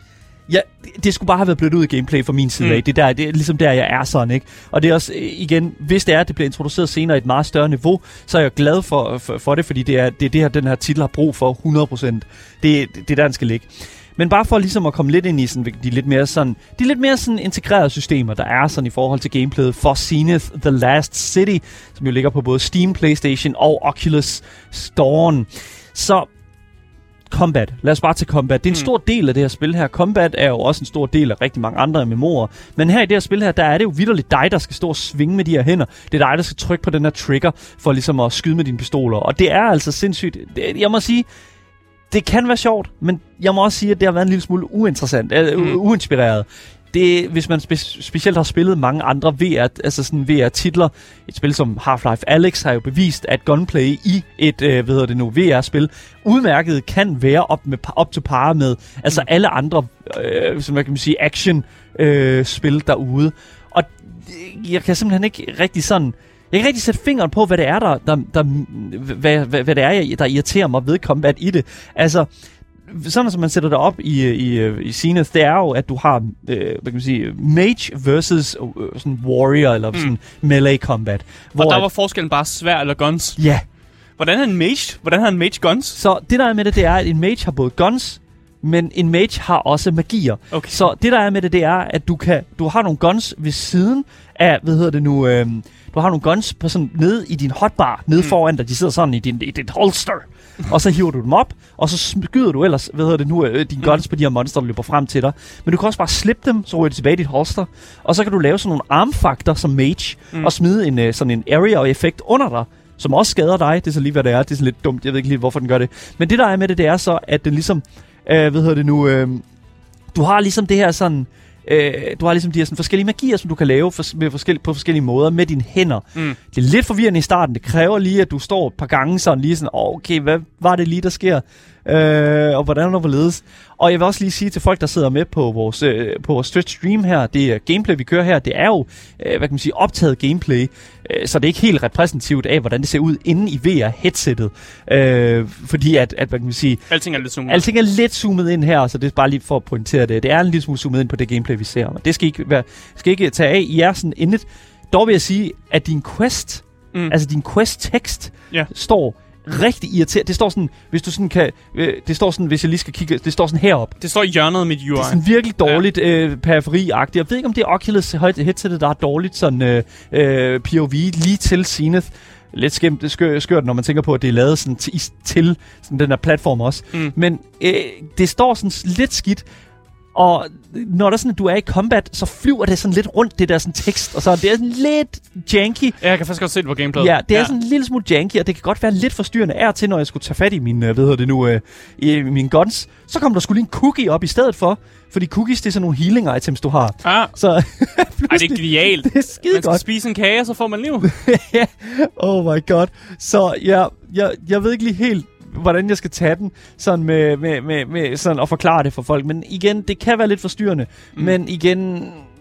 Ja, det, det skulle bare have været blødt ud i gameplay fra min side mm. af. Det, der, det er ligesom der, jeg er sådan, ikke? Og det er også, igen, hvis det er, at det bliver introduceret senere i et meget større niveau, så er jeg glad for, for, for det, fordi det er det, er det her, den her titel har brug for hundrede procent. Det, det er der, den skal ligge. Men bare for ligesom at komme lidt ind i sådan, de lidt mere sådan, de lidt mere sådan integrerede systemer, der er sådan i forhold til gameplayet for Zenith The Last City, som jo ligger på både Steam, PlayStation og Oculus Store'en. Så combat. Lad os bare til combat. Det er en mm. stor del af det her spil her. Combat er jo også en stor del af rigtig mange andre M M O'er. Men her i det her spil her, der er det jo vitterligt dig, der skal stå og svinge med de her hænder. Det er dig, der skal trykke på den her trigger, for ligesom at skyde med dine pistoler. Og det er altså sindssygt. Det, jeg må sige, det kan være sjovt, men jeg må også sige, at det har været en lille smule uinteressant, uh, mm. uinspireret. Det, hvis man spe- specielt har spillet mange andre V R, altså sådan V R-titler, et spil som Half-Life Alyx har jo bevist, at gunplay i et, øh, hvad hedder det nu, V R-spil, udmærket kan være op, med, op til par med altså mm. alle andre, øh, som man kan sige, action-spil øh, derude. Og jeg kan simpelthen ikke rigtig sådan... Jeg kan rigtig sætte fingeren på, hvad det er, der, der, der hvad, hvad, hvad det er, der irriterer mig ved combat i det. Altså, sådan som man sætter det op i, i, i Zenith, det er jo, at du har, øh, hvad kan man sige, mage versus øh, sådan warrior, eller mm. sådan melee combat. Hvor og der var at, forskellen bare svær eller guns? Ja. Hvordan har en mage, hvordan har en mage guns? Så det der er med det, det er, at en mage har både guns, men en mage har også magier. Okay. Så det der er med det, det er, at du kan, du har nogle guns ved siden af, hvad hedder det nu, øh, du har nogle guns på sådan nede i din hotbar, nede mm. foran dig. De sidder sådan i din, i dit holster. Og så hiver du dem op, og så skyder du ellers, hvad hedder det nu, øh, dine guns mm. på de her monster, der løber frem til dig. Men du kan også bare slippe dem, så ryger de tilbage i dit holster. Og så kan du lave sådan nogle armfakter som mage, mm. og smide en, øh, sådan en area-effekt under dig, som også skader dig. Det er så lige, hvad det er. Det er sådan lidt dumt. Jeg ved ikke lige, hvorfor den gør det. Men det, der er med det, det er så, at den ligesom, øh, hvad hedder det nu, øh, du har ligesom det her sådan... Øh, du har ligesom de her sådan forskellige magier, som du kan lave for, med forskellige, på forskellige måder med dine hænder. Mm. Det er lidt forvirrende i starten. Det kræver lige, at du står et par gange sådan lige sådan, oh, okay, hvad var det lige, der sker? Øh, og hvordan er der hvorledes? Og jeg vil også lige sige til folk, der sidder med på vores, øh, på vores Twitch stream her, det er gameplay, vi kører her, det er jo, øh, hvad kan man sige, optaget gameplay, øh, så det er ikke helt repræsentativt af, hvordan det ser ud inde i V R-headsettet. Øh, fordi at, at, hvad kan man sige... Alting er lidt zoomet. Alting er lidt zoomet ind her, så det er bare lige for at pointere det. Det er en lille smule zoomet ind på det gameplay, vi ser. Det skal ikke, være, skal ikke tage af. I er sådan indet. Dog vil jeg sige, at din quest, mm. altså din quest-tekst, yeah. står... rigtig irriterende. Det står sådan, hvis du sådan kan, øh, det står sådan, hvis jeg lige skal kigge, det står sådan herop. Det står i hjørnet af mit U I. Det er sådan virkelig dårligt, ja. øh, periferi-agtigt. Jeg ved ikke, om det er Oculus headsetet, der er dårligt sådan øh, øh, P O V lige til Zenith. Lidt skæmt, skør, skørt, når man tænker på, at det er lavet sådan til, til sådan den der platform også. Mm. Men øh, det står sådan lidt skidt. Og når der sådan, at du er i combat, så flyver det sådan lidt rundt, det der sådan tekst, og så det er sådan lidt janky. Ja, jeg kan faktisk godt se det på gameplayet. Ja, det er ja. sådan en lille smule janky, og det kan godt være lidt forstyrrende af til, når jeg skulle tage fat i min, hvad hedder det nu, øh, i mine guns. Så kom der sgu lige en cookie op i stedet for, fordi cookies, det er sådan nogle healing items, du har. Ah. Så Ej, det er genialt. Det er skide man skal godt. spise en kage, så får man liv. Ja, oh my god. Så ja, jeg, jeg ved ikke lige helt, hvordan jeg skal tage den sådan med, med, med, med sådan at forklare det for folk. Men igen, det kan være lidt forstyrrende. Mm. Men igen...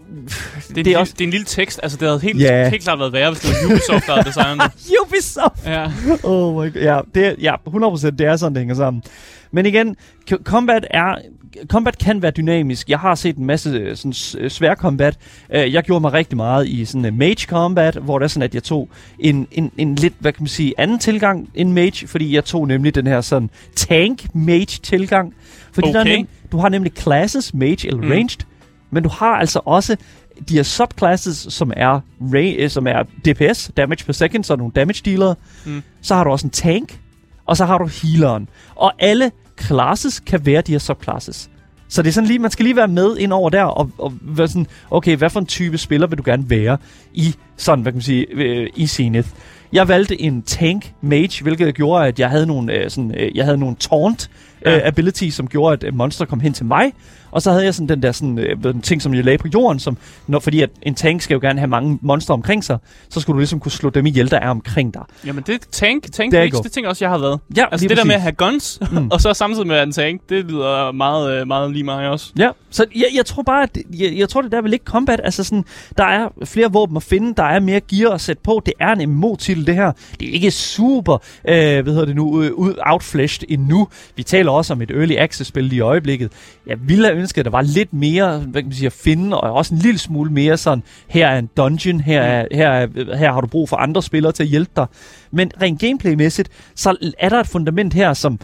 Det er, det, er også... det er en lille tekst. Altså, det havde helt, yeah. helt klart været værre, hvis det var Ubisoft, der havde designet det. Ubisoft! Ja. Oh my god. Ja, det, ja, hundrede procent, det er sådan, det hænger sammen. Men igen, combat er... Combat kan være dynamisk. Jeg har set en masse sådan svær combat. Jeg gjorde mig rigtig meget i sådan en mage combat, hvor det er sådan, at jeg tog en, en, en lidt, hvad kan man sige, anden tilgang end mage, fordi jeg tog nemlig den her sådan tank mage tilgang. Fordi okay. der er nem, du har nemlig classes, mage eller ranged, mm. men du har altså også de her subclasses, som er, ra- som er D P S, damage per second, så er nogle damage dealer. Mm. Så har du også en tank, og så har du healeren. Og alle classes kan være de her subclasses. Så det er sådan lige, man skal lige være med ind over der, og, og være sådan, okay, hvad for en type spiller vil du gerne være i sådan, hvad kan man sige, øh, i Zenith. Jeg valgte en tank mage, hvilket gjorde, at jeg havde nogle, øh, sådan, øh, jeg havde nogle taunt øh, ja. ability, som gjorde, at monster kom hen til mig. Og så havde jeg sådan den der sådan, øh, den ting, som jeg lagde på jorden, som, når, fordi at en tank skal jo gerne have mange monster omkring sig, så skulle du ligesom kunne slå dem ihjel, der er omkring dig. Jamen det tank, tank mage, det tænker også, jeg har været. Ja, altså det præcis. Der med at have guns, mm. og så samtidig med at en tank, det lyder meget, meget lige mig også. Ja, så jeg, jeg tror bare, at jeg, jeg tror, det der vil ikke combat. Altså sådan, der er flere våben at finde, der er mere gear at sætte på. Det er en M M O-titel, det her. Det er ikke super, øh, hvad hedder det nu, ud outfleshed endnu. Vi taler også om et early access-spil i øjeblikket. Jeg ville have ønsket, at der var lidt mere, hvad kan man sige, at finde, og også en lille smule mere sådan, her er en dungeon, her, er, her, er, her har du brug for andre spillere til at hjælpe dig. Men rent gameplay-mæssigt, så er der et fundament her, som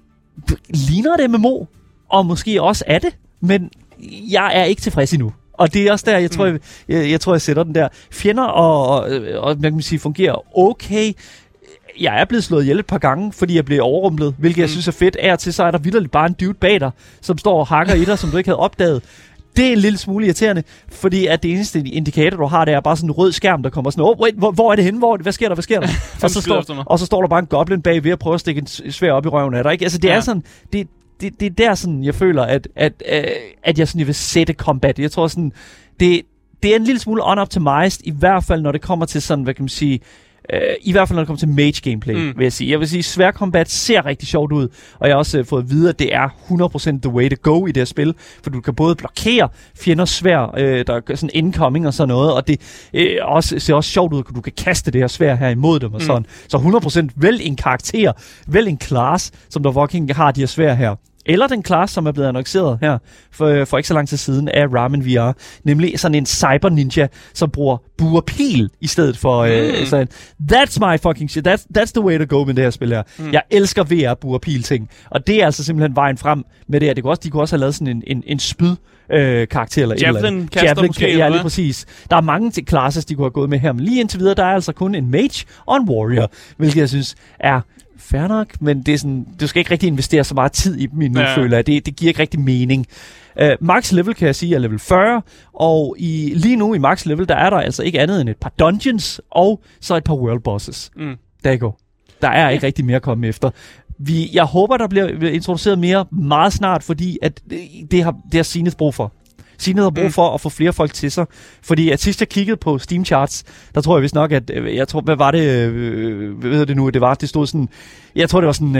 ligner et M M O, og måske også er det, men jeg er ikke tilfreds endnu. Og det er også der, jeg tror, jeg, jeg, jeg, tror, jeg sætter den der. Fjender og, og, og man kan sige, fungerer okay. Jeg er blevet slået ihjel et par gange, fordi jeg blev overrumplet, hvilket mm. jeg synes er fedt. Af og til, så er der vitterligt bare en dude bag dig, som står og hakker i dig, som du ikke havde opdaget. Det er en lille smule irriterende, fordi at det eneste indikator, du har, det er bare sådan en rød skærm, der kommer sådan, oh, wait, hvor, hvor er det henne? Hvor er det? Hvad sker der? Hvad sker der? og, så står, og så står der bare en goblin bag ved at prøve at stikke en svær op i røven af dig. Ikke? Altså, det ja. er sådan, det, det, det er der sådan, jeg føler, at, at, at, at jeg sådan, jeg vil sætte combat. Jeg tror sådan, det, det er en lille smule unoptimized, i hvert fald når det kommer til sådan, hvad kan man sige, Uh, i hvert fald når det kommer til mage gameplay, mm. vil jeg sige. Jeg vil sige, svær combat ser rigtig sjovt ud, og jeg har også uh, fået at vide, at det er hundrede procent the way to go i det her spil, for du kan både blokere fjender svær, uh, der er sådan incoming og sådan noget, og det uh, også, ser også sjovt ud, at du kan kaste det her svær her imod dem og sådan. Mm. Så hundrede procent vel en karakter, vel en class, som der fucking har de her svær her. Eller den class, som er blevet annonceret her for, for ikke så lang tid siden af Ramen V R. Nemlig sådan en cyber ninja, som bruger bue og pil i stedet for... Mm. Øh, sådan, that's my fucking shit. That's, that's the way to go med det her spil her. Mm. Jeg elsker V R bue og pil ting. Og det er altså simpelthen vejen frem med det her. Det kunne også, de kunne også have lavet sådan en, en, en spyd øh, karakter eller Javelin, et eller andet. Javelin måske, ja, lige præcis. Der er mange til classes, de kunne have gået med her. Men lige indtil videre, der er altså kun en mage og en warrior. Hvilket jeg synes er... fair nok, men det er sådan, du skal ikke rigtig investere så meget tid i dem endnu, ja. føler jeg. Det, det giver ikke rigtig mening. Uh, max level, kan jeg sige, er level fyrre, og i, lige nu i max level, der er der altså ikke andet end et par dungeons, og så et par world bosses. Mm. Der går. Der er ikke rigtig mere at komme efter. Vi, jeg håber, der bliver introduceret mere meget snart, fordi at det, det har, det har Zenith brug for. Zenith har brug mm. for at få flere folk til sig. Fordi at sidst jeg kiggede på Steam Charts, der tror jeg vist nok, at jeg tror, hvad var det, øh, hvad ved det nu, det var, det stod sådan, jeg tror det var sådan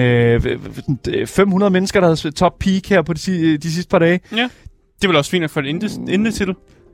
øh, fem hundrede mennesker, der havde top peak her på de, de sidste par dage. Ja, det vil også fint at få et indie-titel.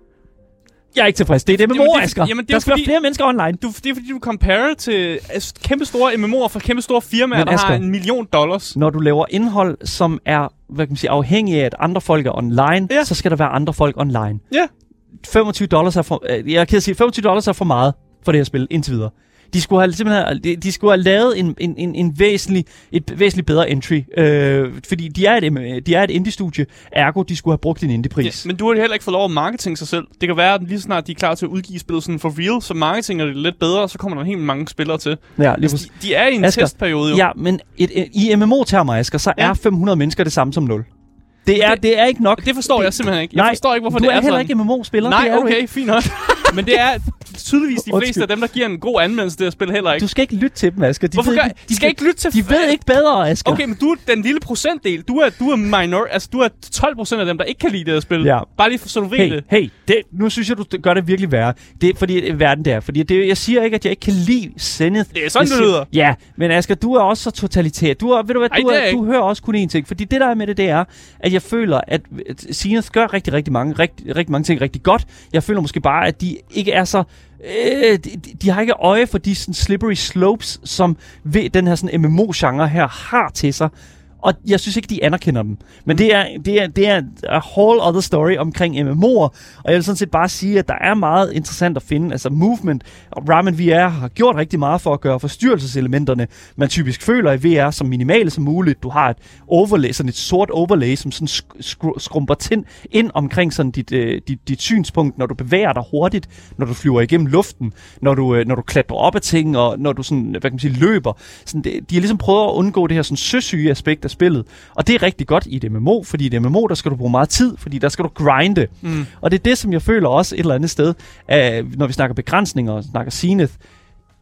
Jeg er ikke tilfreds. Det er det med mor, Asger. Jamen, det der skal fordi, være flere mennesker online. Du, det er fordi, du comparer til kæmpe store M M O'er fra kæmpe store firmaer, men der Asger, har en million dollars. Når du laver indhold, som er hvad kan man sige, afhængig af, at andre folk er online, ja. så skal der være andre folk online. Ja. femogtyve dollars er for, jeg kan sige, femogtyve dollars er for meget for det her spil, indtil videre. De skulle have simpelthen de, de skulle have lavet en en en, en væsentlig et væsentligt bedre entry, øh, fordi de er et de er et indie studie, ergo de skulle have brugt en indie pris. Ja, men du har heller ikke fået lov at marketing sig selv. Det kan være, at lige snart de er klar til at udgive spillet sådan for real, så marketinger det lidt bedre, og så kommer der helt mange spillere til. Ja, altså, de, de er i en Asger, testperiode jo. Ja, men et, et, i M M O-termer, Asger, så ja. er fem hundrede mennesker det samme som nul. Det er, det, det er ikke nok. Det forstår det, jeg simpelthen ikke. Jeg nej, forstår ikke, hvorfor det er sådan. Du er heller sådan. ikke M M O-spiller. Nej, det er okay, fint nok. Men det er tydeligvis de fleste af dem, der giver en god anmeldelse til at spille heller ikke. Du skal ikke lytte til dem, Asger. De hvorfor ved, gør, de, de skal ikke lytte til... De ved ikke bedre, Asger. Okay, men du er den lille procentdel. Du er, du er minor... Altså, du er tolv procent af dem, der ikke kan lide det at spille. Ja. Bare lige for, så du ved hey, det. Hey, det, nu synes jeg, du gør det virkelig værre. Det er fordi verden der. Fordi det, jeg siger ikke, at jeg ikke kan lide Zenith. Det er sådan, jeg det lyder. Ja, men Asger, du er også så totalitær. Du er, ved du hvad, Ej, du, er, du hører også kun én ting. Fordi det der er med det, det er, at jeg føler, at Zenith gør rigtig, rigtig mange, rigtig, rigtig mange ting rigtig godt. Jeg føler måske bare, at de ikke er så... Øh, de, de har ikke øje for de sådan, slippery slopes, som ved den her sådan, M M O-genre her har til sig. Og jeg synes ikke, de anerkender dem. Men det er, det er, det er a whole other story omkring M M O'er. Og jeg vil sådan set bare sige, at der er meget interessant at finde. Altså Movement og Ramen V R har gjort rigtig meget for at gøre forstyrrelseselementerne, man typisk føler i V R som minimale som muligt. Du har et overlay, sådan et sort overlay, som sådan sk- sk- skrumper tin ind omkring sådan dit, øh, dit, dit synspunkt, når du bevæger dig hurtigt, når du flyver igennem luften, når du, øh, når du klatrer op ad ting, og når du sådan, hvad kan man sige, løber. Sådan, det, de har ligesom prøvet at undgå det her sådan søsyge aspekt af spillet. Og det er rigtig godt i et M M O, fordi i et M M O, der skal du bruge meget tid, fordi der skal du grinde. Mm. Og det er det, som jeg føler også et eller andet sted, uh, når vi snakker begrænsninger og snakker Zenith.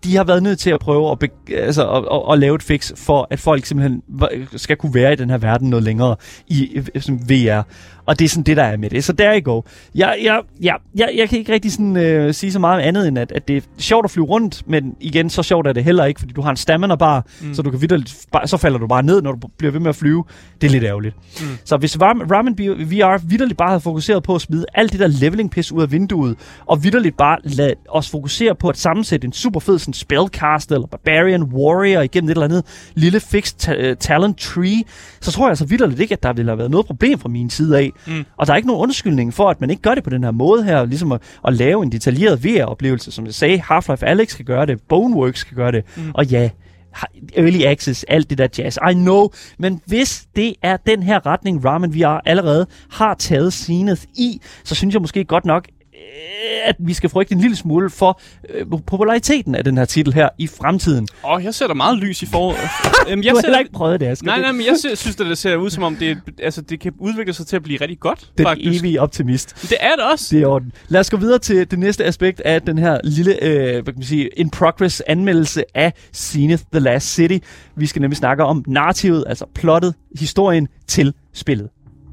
de har været nødt til at prøve at, be- altså, at, at, at lave et fix, for at folk simpelthen skal kunne være i den her verden noget længere i V R. Og det er sådan det, der er med det. Så der I go. Jeg, jeg, jeg, jeg, jeg kan ikke rigtig sådan, øh, sige så meget andet, end at, at det er sjovt at flyve rundt, men igen, så sjovt er det heller ikke, fordi du har en stamina bar, mm. så du kan vitterligt, så falder du bare ned, når du bliver ved med at flyve. Det er lidt ærgerligt. Mm. Så hvis Ramen V R vitterligt bare havde fokuseret på at smide alt det der leveling-pis ud af vinduet, og vitterligt bare lade os fokusere på at sammensætte en super fed sådan spellcaster eller barbarian warrior igennem et eller andet lille fixed ta- talent tree, så tror jeg altså vitterligt ikke, at der ville have været noget problem fra min side af. Mm. Og der er ikke nogen undskyldning for, at man ikke gør det på den her måde her, ligesom at, at lave en detaljeret V R-oplevelse, som jeg sagde, Half-Life Alyx kan gøre det, Boneworks kan gøre det, mm. og ja, Early Access, alt det der jazz, I know, men hvis det er den her retning, Ramen V R allerede har taget Zenith i, så synes jeg måske godt nok, at vi skal frygte en lille smule for øh, populariteten af den her titel her i fremtiden. Åh, oh, jeg sætter meget lys i for... Øhm, jeg du har heller ikke prøvet det, Asger. Nej, nej, men jeg sy- synes, at det ser ud som om, det, altså, det kan udvikle sig til at blive rigtig godt, den faktisk. evige optimist. Det er det også. Det er orden. Lad os gå videre til det næste aspekt af den her lille, øh, hvad kan man sige, in-progress anmeldelse af Zenith The Last City. Vi skal nemlig snakke om narrativet, altså plottet, historien til spillet.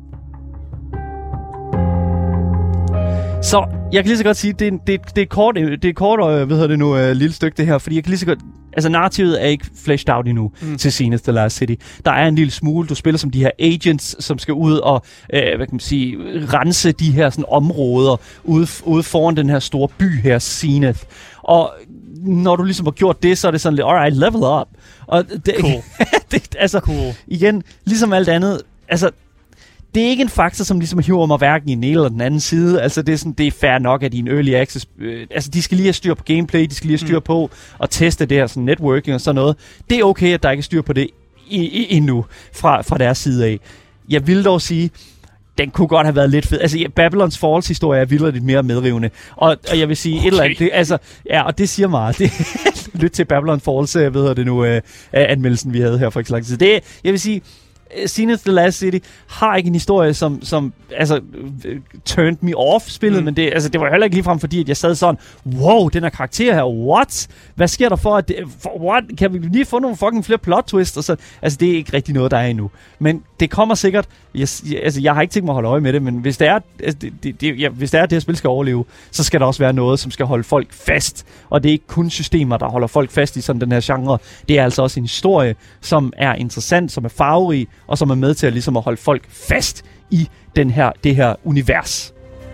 Så jeg kan lige så godt sige, at det er, det, det er kort, det er kort og, hvad hedder det nu, uh, lille stykke det her, fordi jeg kan lige så godt, altså narrativet er ikke fleshed out endnu mm. til Zenith The Last City. Der er en lille smule, du spiller som de her agents, som skal ud og, øh, hvad kan man sige, rense de her sådan områder ude, ude foran den her store by her, Zenith. Og når du ligesom har gjort det, så er det sådan lidt, alright, level up. Og det, cool. det, altså, cool. Igen, ligesom alt andet, altså, det er ikke en faktor, som ligesom hiver mig hverken i den ene eller den anden side. Altså, det er, sådan, det er fair nok, at i en early access... Øh, altså, de skal lige have styr på gameplay, de skal lige have styr på at teste det her sådan networking og sådan noget. Det er okay, at der ikke er styr på det i, i, endnu fra, fra deres side af. Jeg vil dog sige, den kunne godt have været lidt fed. Altså, ja, Babylons Falls historie er vildt lidt mere medrivende. Og, og jeg vil sige, okay. et eller andet... Det, altså, ja, og det siger meget. Det, lyt til Babylon Falls, jeg ved det nu, øh, anmeldelsen, vi havde her for ikke så lang tid. Det, jeg vil sige... Zenith The Last City har ikke en historie, som, som altså, turned me off spillet, mm. men det, altså, det var heller ikke ligefrem, fordi at jeg sad sådan, wow, den her karakter her, what? Hvad sker der for, at det, for, what? Kan vi lige få nogle fucking flere plot twists? Og så, altså, det er ikke rigtig noget, der er endnu. Men det kommer sikkert, jeg, altså, jeg har ikke tænkt mig at holde øje med det, men hvis det er, altså, det, det, det, ja, hvis det er, at det her spil skal overleve, så skal der også være noget, som skal holde folk fast. Og det er ikke kun systemer, der holder folk fast i sådan den her genre. Det er altså også en historie, som er interessant, som er farverig, og som er med til at, ligesom at holde folk fast i den her, det her univers.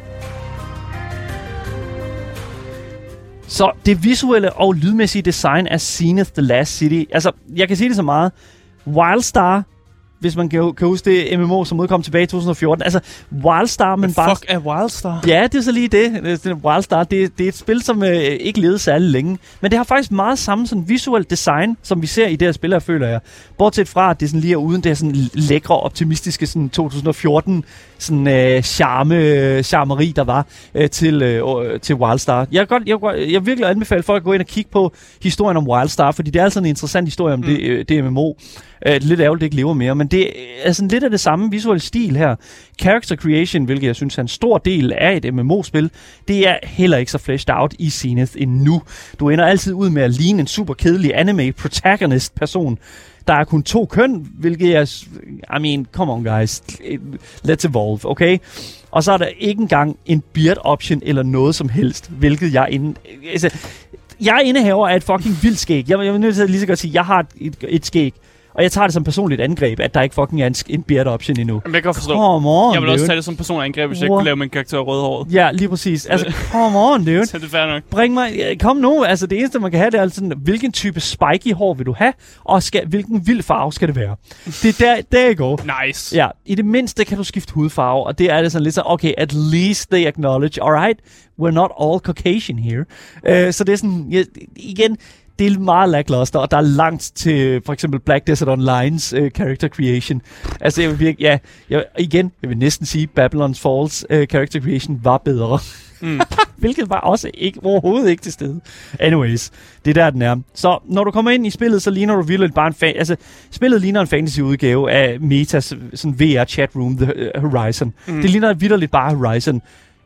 Så det visuelle og lydmæssige design af Zenith The Last City, altså jeg kan sige det så meget, Wildstar, hvis man kan, kan huske det M M O, som udkom tilbage i to tusind og fjorten. Altså, Wildstar, men bare... fuck er Wildstar? Ja, det er så lige det. det er Wildstar, det, det er et spil, som øh, ikke levede særlig længe. Men det har faktisk meget samme sådan visuelt design, som vi ser i det her spil, her, føler jeg. Bortset fra, at det sådan lige er uden det her sådan lækre, optimistiske sådan to tusind og fjorten sådan øh, charme, charmeri, der var øh, til, øh, til Wildstar. Jeg kan godt, jeg, jeg, jeg virkelig anbefale folk at gå ind og kigge på historien om Wildstar, fordi det er altså en interessant historie om mm. det, øh, det M M O. Uh, lidt ærgerligt, det ikke lever mere, men det er sådan lidt af det samme visuelle stil her. Character creation, hvilket jeg synes er en stor del af et M M O-spil, det er heller ikke så fleshed out i Zenith endnu. Du ender altid ud med at ligne en super kedelig anime protagonist-person. Der er kun to køn, hvilket jeg... I mean, come on guys, let's evolve, okay? Og så er der ikke engang en beard option eller noget som helst, hvilket jeg inden... Altså, jeg er indehaver af et fucking vildt skæg. Jeg, jeg vil nødt til at lige så godt sige, at jeg har et, et skæg. Og jeg tager det som personligt angreb, at der ikke fucking er en, en beard option endnu. Men jeg kan forstå. Come on, jeg vil også dude. tage det som personligt angreb, hvis jeg ikke kunne lave min karakter rødhåret. Ja, lige præcis. Altså, come on, dude. Så det er fair nok. Bring mig, kom nu. Altså, det eneste, man kan have, det er altså, hvilken type spiky hår vil du have, og skal, hvilken vild farve skal det være. Det er der, der you go. Nice. Ja, i det mindste kan du skifte hudfarve, og det er det sådan lidt så, okay, at least they acknowledge, alright, we're not all Caucasian here. Uh, så det er sådan, ja, igen... Det er meget lackluster, og der er langt til for eksempel Black Desert Online's uh, character creation. Altså, jeg vil virkelig, ja, jeg, igen, jeg vil næsten sige, Babylon's Falls uh, character creation var bedre. Mm. Hvilket var også ikke, overhovedet ikke til stede. Anyways, det er der, den er. Så når du kommer ind i spillet, så ligner du virkelig bare en fan... Altså, spillet ligner en fantasy-udgave af Metas sådan V R chatroom, The Horizon. Mm. Det ligner vitterligt bare Horizon.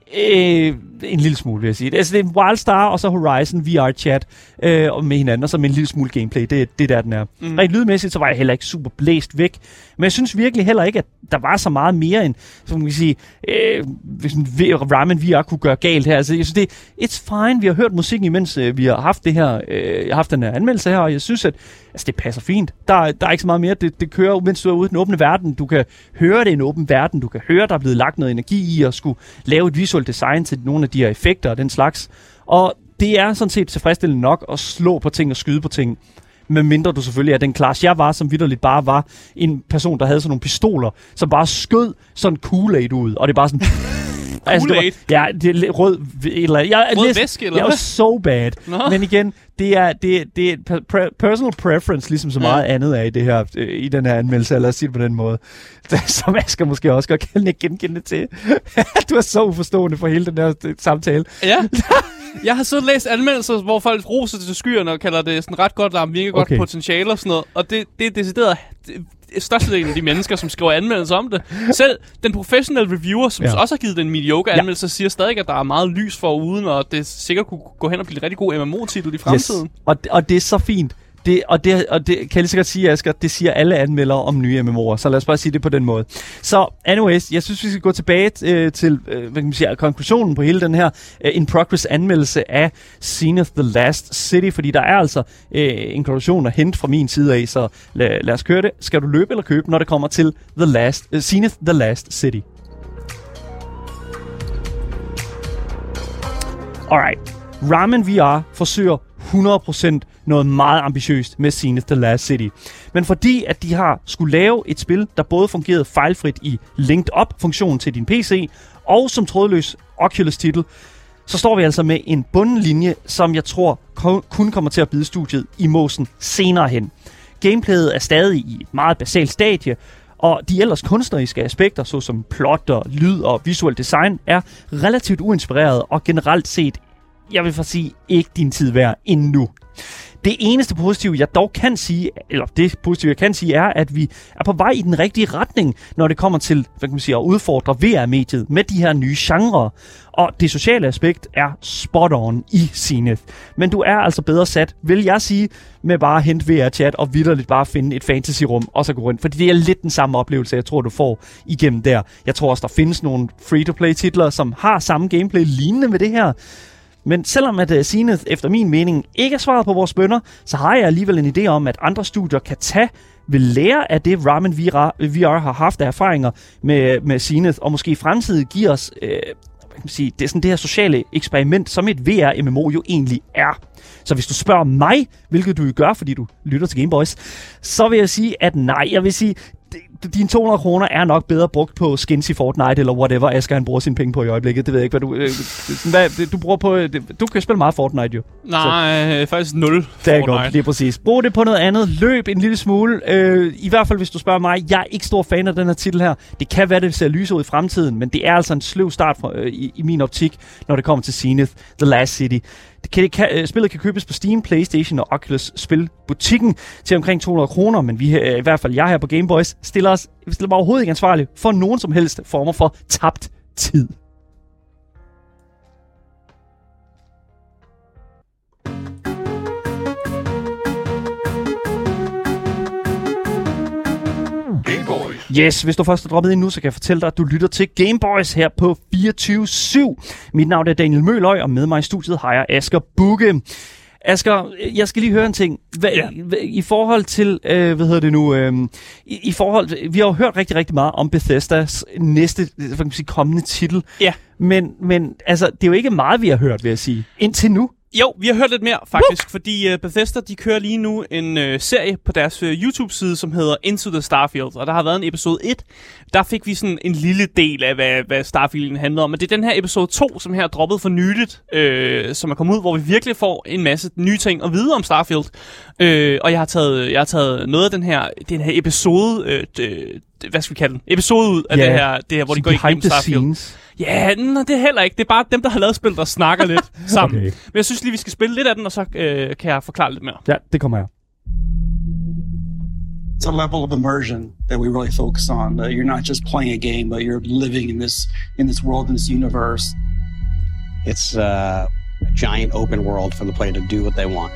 Øh, en lille smule, vil jeg sige. Altså, det er Wildstar og så Horizon V R-chat øh, med hinanden, og så med en lille smule gameplay. Det, det der, den er. Mm. Rent lydmæssigt, så var jeg heller ikke super blæst væk. Men jeg synes virkelig heller ikke, at der var så meget mere end, som man kan sige, øh, hvis Rayman V R kunne gøre galt her. Altså, jeg synes, det it's fine. Vi har hørt musikken, imens øh, vi har haft det her, øh, jeg har haft den her anmeldelse her, og jeg synes, at altså, det passer fint. Der, der er ikke så meget mere. Det, det kører, mens du er ude i den åbne verden. Du kan høre det i en åben verden. Du kan høre, der er blevet lagt noget energi i at skulle lave et visuelt design til nogle af de her effekter og den slags. Og det er sådan set tilfredsstillende nok at slå på ting og skyde på ting. Med mindre du selvfølgelig er den klasse, jeg var, som vitterligt bare var en person, der havde sådan nogle pistoler, som bare skød sådan Kool-Aid ud. Og det er bare sådan... altså, det var, ja, det er rød... Eller, jeg, rød læste, væske, eller jeg var so bad. Nå. Men igen, det er, det, det er per- personal preference, ligesom så meget ja. andet af i, det her, i den her anmeldelse. Lad os sige det på den måde. Som Asger måske også godt kan genkende til. Du er så uforstående for hele den her samtale. Ja. Jeg har siddet og læst anmeldelser, hvor folk roser til skyerne og kalder det sådan ret godt, der er virkelig godt okay. potentiale og sådan noget. Og det, det er decideret størstedelen af de mennesker, som skriver anmeldelser om det. Selv den professionelle reviewer, som ja. også har givet den mediocre anmeldelse, ja. siger stadig, at der er meget lys foruden, og det sikkert kunne gå hen og blive en rigtig god M M O-titel i fremtiden. Yes. Og, og det er så fint. Det, og, det, og det kan jeg lige så godt sige, Asger, det siger alle anmeldere om nye M M O'er, så lad os bare sige det på den måde. Så anyways, jeg synes, vi skal gå tilbage øh, til øh, hvad kan man sige, konklusionen på hele den her øh, in-progress anmeldelse af Zenith The Last City, fordi der er altså øh, en konklusion at hente fra min side af, så lad, lad os køre det. Skal du løbe eller købe, når det kommer til The Last, øh, Zenith The Last City? Alright. Rayman V R forsøger hundrede procent noget meget ambitiøst med Zenith The Last City. Men fordi at de har skulle lave et spil, der både fungerede fejlfrit i Linked Up-funktionen til din P C, og som trådløs Oculus-titel, så står vi altså med en bundlinje, som jeg tror kun kommer til at bide studiet i måsen senere hen. Gameplayet er stadig i et meget basalt stadie, og de ellers kunstneriske aspekter, såsom plot og lyd og visuel design, er relativt uinspireret og generelt set, jeg vil faktisk sige, ikke din tid værd endnu. Det eneste positive, jeg dog kan sige, eller det positive, jeg kan sige, er, at vi er på vej i den rigtige retning, når det kommer til, hvad kan man sige, at udfordre V R-mediet med de her nye genrer. Og det sociale aspekt er spot on i Zenith. Men du er altså bedre sat, vil jeg sige, med bare at hente V R-chat og vitterligt bare finde et fantasy-rum og så gå rundt. Fordi det er lidt den samme oplevelse, jeg tror, du får igennem der. Jeg tror også, der findes nogle free-to-play-titler, som har samme gameplay lignende med det her. Men selvom at uh, Zenith efter min mening ikke er svaret på vores bønner, så har jeg alligevel en idé om, at andre studier kan tage ved lære af det, Rayman V R, V R har haft af erfaringer med, med Zenith, og måske i fremtiden giver os øh, hvad kan man sige, det, er sådan det her sociale eksperiment, som et V R M M O jo egentlig er. Så hvis du spørger mig, hvilket du jo gør, fordi du lytter til Game Boys, så vil jeg sige, at nej, jeg vil sige, dine to hundrede kroner er nok bedre brugt på skins i Fortnite, eller whatever Asger han bruger sine penge på i øjeblikket. Det ved jeg ikke, hvad du... Øh, hvad, du bruger på... Du kan spille meget Fortnite, jo. Nej, så. faktisk nul Fortnite. Det er godt, lige præcis. Brug det på noget andet. Løb en lille smule. Øh, I hvert fald, hvis du spørger mig. Jeg er ikke stor fan af den her titel her. Det kan være, det ser lyse ud i fremtiden, men det er altså en sløv start fra, øh, i, i min optik, når det kommer til Zenith The Last City. Det kan, det kan, spillet kan købes på Steam, PlayStation og Oculus Spilbutikken til omkring to hundrede kroner, men vi i hvert fald jeg her på Game Boys stiller os stiller mig overhovedet ikke ansvarlig for nogen som helst former for tabt tid. Yes, hvis du først er droppet ind nu, så kan jeg fortælle dig, at du lytter til Game Boys her på fireogtyve syv. Mit navn er Daniel Møløj, og med mig i studiet har jeg Asger Bugge. Asger, jeg skal lige høre en ting. Hva, ja. I forhold til, øh, hvad hedder det nu, øh, i, i forhold, vi har jo hørt rigtig, rigtig meget om Bethesdas næste, hvad kan man sige, kommende titel. Ja. Men, men altså, det er jo ikke meget, vi har hørt, vil jeg sige, indtil nu. Jo, vi har hørt lidt mere, faktisk, Woo! fordi uh, Bethesda, de kører lige nu en uh, serie på deres uh, YouTube-side, som hedder Into the Starfield, og der har været en episode et. Der fik vi sådan en lille del af, hvad, hvad Starfielden handler om, men det er den her episode to, som her er droppet for nyligt, øh, som er kommet ud, hvor vi virkelig får en masse nye ting at vide om Starfield. Øh, og jeg har taget, jeg har taget noget af den her, den her episode, øh, d- hvad skal vi kalde den? Episode ud af yeah. det her, det her, hvor de går igennem Starfield. Scenes. Ja, nej, det er heller ikke. Det er bare dem, der har lavet spil, der snakker lidt sammen. Okay. Men jeg synes lige, vi skal spille lidt af den, og så øh, kan jeg forklare lidt mere. Ja, det kommer jeg. It's a level of immersion that we really focus on. Uh, you're not just playing a game, but you're living in this in this world, in this universe. It's uh, a giant open world for the player to do what they want.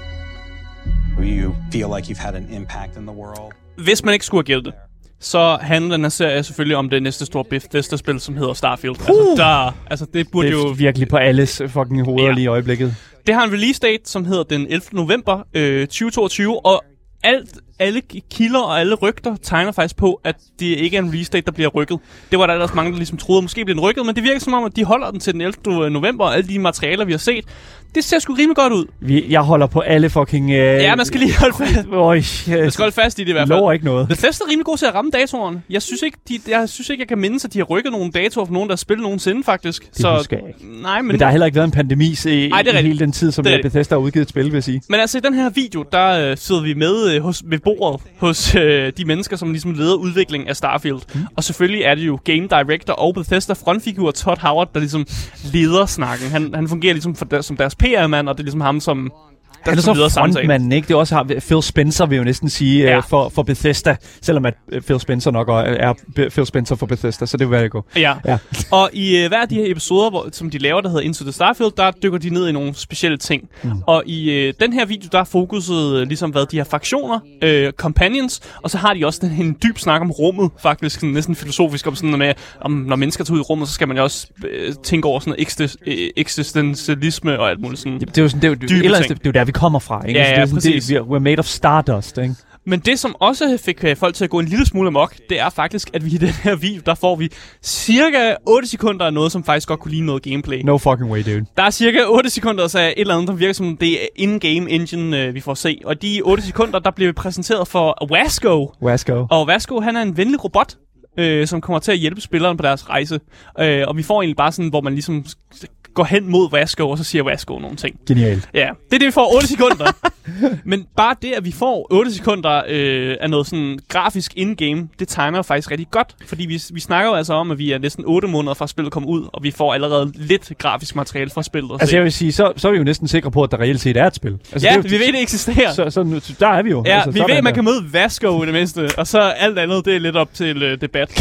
You feel like you've had an impact in the world? Hvis man ikke skulle have gættet det, så handler den her serie selvfølgelig om det næste store Bethesda-spil, som hedder Starfield. Uh! Altså, der, altså, det burde det er jo virkelig på alles fucking hoveder ja. lige i øjeblikket. Det har en release date, som hedder den ellevte november øh, tyve toogtyve, og alt, alle kilder og alle rygter tegner faktisk på, at det ikke er en release date, der bliver rykket. Det var der ellers mange, der ligesom troede, måske bliver den rykket, men det virker som om, at de holder den til den ellevte november, og alle de materialer, vi har set, det ser sgu rimelig godt ud. Vi, jeg holder på alle fucking... Øh, ja, man skal lige holde fast. Øj, man skal holde fast i det i hvert fald. Lover ikke noget. Bethesda er rimelig god til at ramme datoren. Jeg synes ikke, de, jeg synes ikke, jeg kan mindes, at de har rykket nogle datoer for nogen, der har spillet nogensinde, faktisk. Det så, husker jeg ikke. Nej, men... men der har heller ikke været en pandemi i, Ej, i hele den tid, som Bethesda har udgivet et spil, vil jeg sige. Men altså, i den her video, der øh, sidder vi med øh, hos, ved bordet hos øh, de mennesker, som ligesom leder udviklingen af Starfield. Mm. Og selvfølgelig er det jo Game Director og Bethesda frontfigur Todd Howard, der ligesom leder snakken. Han, han fungerer ligesom for der, som deres P R-mand, og det er ligesom ham, som... Han er så frontmanden, ikke? Det er også Phil Spencer, vil jeg jo næsten sige, ja. uh, for, for Bethesda. Selvom at Phil Spencer nok er Phil Spencer for Bethesda, så det vil være gå. Ja. ja. Og i uh, hver af de her episoder, hvor, som de laver, der hedder Into the Starfield, der dykker de ned i nogle specielle ting. Mm. Og i uh, den her video, der er fokuset uh, ligesom været de her fraktioner, uh, companions, og så har de også den, en dyb snak om rummet, faktisk sådan, næsten filosofisk om sådan noget med, om når mennesker tager ud i rummet, så skal man jo også uh, tænke over sådan noget eksist- eksistentialisme og alt muligt sådan. Det er jo sådan, det er jo, det er jo, det er jo der, vi kommer fra, ikke? Ja, ja, altså, det er sådan, det, we're made of stardust, ikke? Men det, som også fik uh, folk til at gå en lille smule amok, det er faktisk, at vi i den her video, der får vi cirka otte sekunder af noget, som faktisk godt kunne ligne noget gameplay. No fucking way, dude. Der er cirka otte sekunder, så er et eller andet, der virker som det in-game engine, uh, vi får se. Og de otte sekunder, der bliver vi præsenteret for Wasco. Wasco. Og Wasco, han er en venlig robot, øh, som kommer til at hjælpe spilleren på deres rejse. Øh, og vi får egentlig bare sådan, hvor man ligesom går hen mod Wasco, og så siger Wasco nogle ting. Genialt. Ja, det er det, vi får otte sekunder. Men bare det, at vi får otte sekunder øh, af noget sådan grafisk in-game, det tegner jo faktisk rigtig godt. Fordi vi, vi snakker jo altså om, at vi er næsten otte måneder fra spillet kommer ud, og vi får allerede lidt grafisk materiale fra spillet. Altså jeg vil sige, så, så er vi jo næsten sikre på, at der reelt set er et spil. Altså, ja, det er jo, vi ved, det eksisterer. Så, så, så der er vi jo. Ja, altså, vi ved, at man kan møde Wasco i det mindste, og så alt andet, det er lidt op til øh, debat.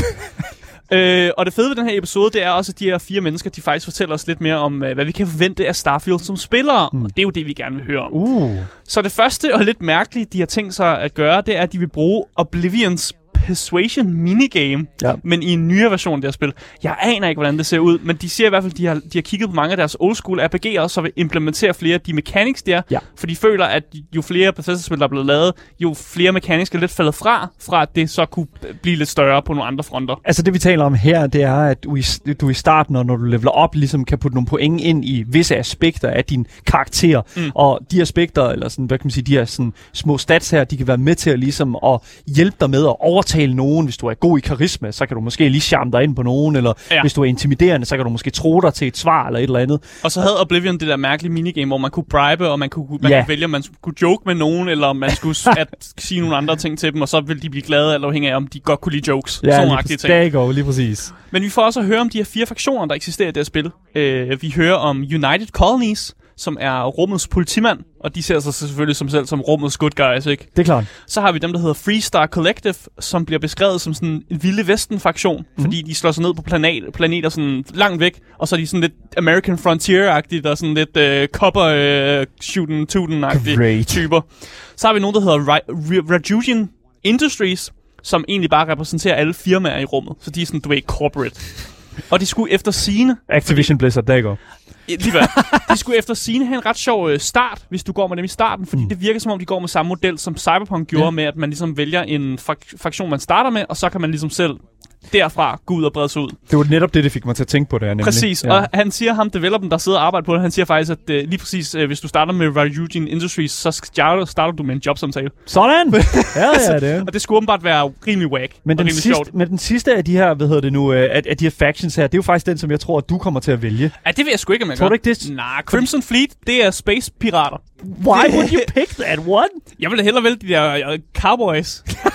Øh, og det fede ved den her episode, det er også, at de her fire mennesker, de faktisk fortæller os lidt mere om, uh, hvad vi kan forvente af Starfield som spillere. Mm. Og det er jo det, vi gerne vil høre om. Uh. Så det første og lidt mærkelige, de har tænkt sig at gøre, det er, at de vil bruge Oblivions Persuasion minigame, ja. Men i en nyere version af det her spil. Jeg aner ikke, hvordan det ser ud, men de siger i hvert fald, at de har, de har kigget på mange af deres old school R P G'er, så vil implementere flere af de mechanics der, ja. For de føler, at jo flere Bethesda-spil, der er blevet lavet, jo flere mechanics er lidt faldet fra, fra at det så kunne blive lidt større på nogle andre fronter. Altså det, vi taler om her, det er, at du i, du i starten, og når du leveler op, ligesom kan putte nogle point ind i visse aspekter af din karakter, mm. og de aspekter, eller sådan, hvad kan man sige, de her sådan, små stats her, de kan være med til at, ligesom, at hjælpe dig med at overtale nogen. Hvis du er god i karisma, så kan du måske lige charme dig ind på nogen, eller ja. Hvis du er intimiderende, så kan du måske tro dig til et svar, eller et eller andet. Og så havde Oblivion det der mærkelige minigame, hvor man kunne bribe, og man kunne, man ja. kunne vælge, om man skulle joke med nogen, eller om man skulle at sige nogle andre ting til dem, og så ville de blive glade, eller afhængig af, om de godt kunne lide jokes. Ja, sådan lige, præcis, der går, lige præcis. Men vi får også at høre om de her fire fraktioner, der eksisterer i det her spil. Uh, vi hører om United Colonies, som er rummets politimand, og de ser sig selvfølgelig som selv som rummets good guys, ikke? Det er klart. Så har vi dem, der hedder Freestar Collective, som bliver beskrevet som sådan en vilde vesten-fraktion, mm-hmm. fordi de slår sig ned på planet, planeter sådan langt væk, og så er de sådan lidt American Frontier-agtige, og sådan lidt uh, copper-shooten-tooten-agtige uh, typer. Så har vi nogen, der hedder Ra- Rajujian Industries, som egentlig bare repræsenterer alle firmaer i rummet, så de er sådan, du ved, corporate. Og de skulle efter sigende... Activision Blizzard, der går. Lige hvad. De skulle efter sigende have en ret sjov øh, start, hvis du går med dem i starten, fordi mm. det virker som om, de går med samme model, som Cyberpunk gjorde, ja. Med at man ligesom vælger en frak- fraktion, man starter med, og så kan man ligesom selv derfra gå ud og brede sig ud. Det var netop det, det fik mig til at tænke på det her, nemlig. Præcis, ja. Og han siger, ham developeren, der sidder og arbejder på det, han siger faktisk, at uh, lige præcis, uh, hvis du starter med Rajujian Industries, så starter, starter du med en jobsamtale. Sådan! Ja, ja, det. Og det skulle åbenbart være rimelig whack. Men den, sidste, men den sidste af de her, hvad hedder det nu, af, af de her factions her, det er jo faktisk den, som jeg tror, at du kommer til at vælge. Ja, det ved jeg sgu ikke, om jeg tror du ikke det? Nej, Crimson Fleet, det er space-pirater. Why would you pick that one? Jeg ville hellere vælge de der uh, cowboys.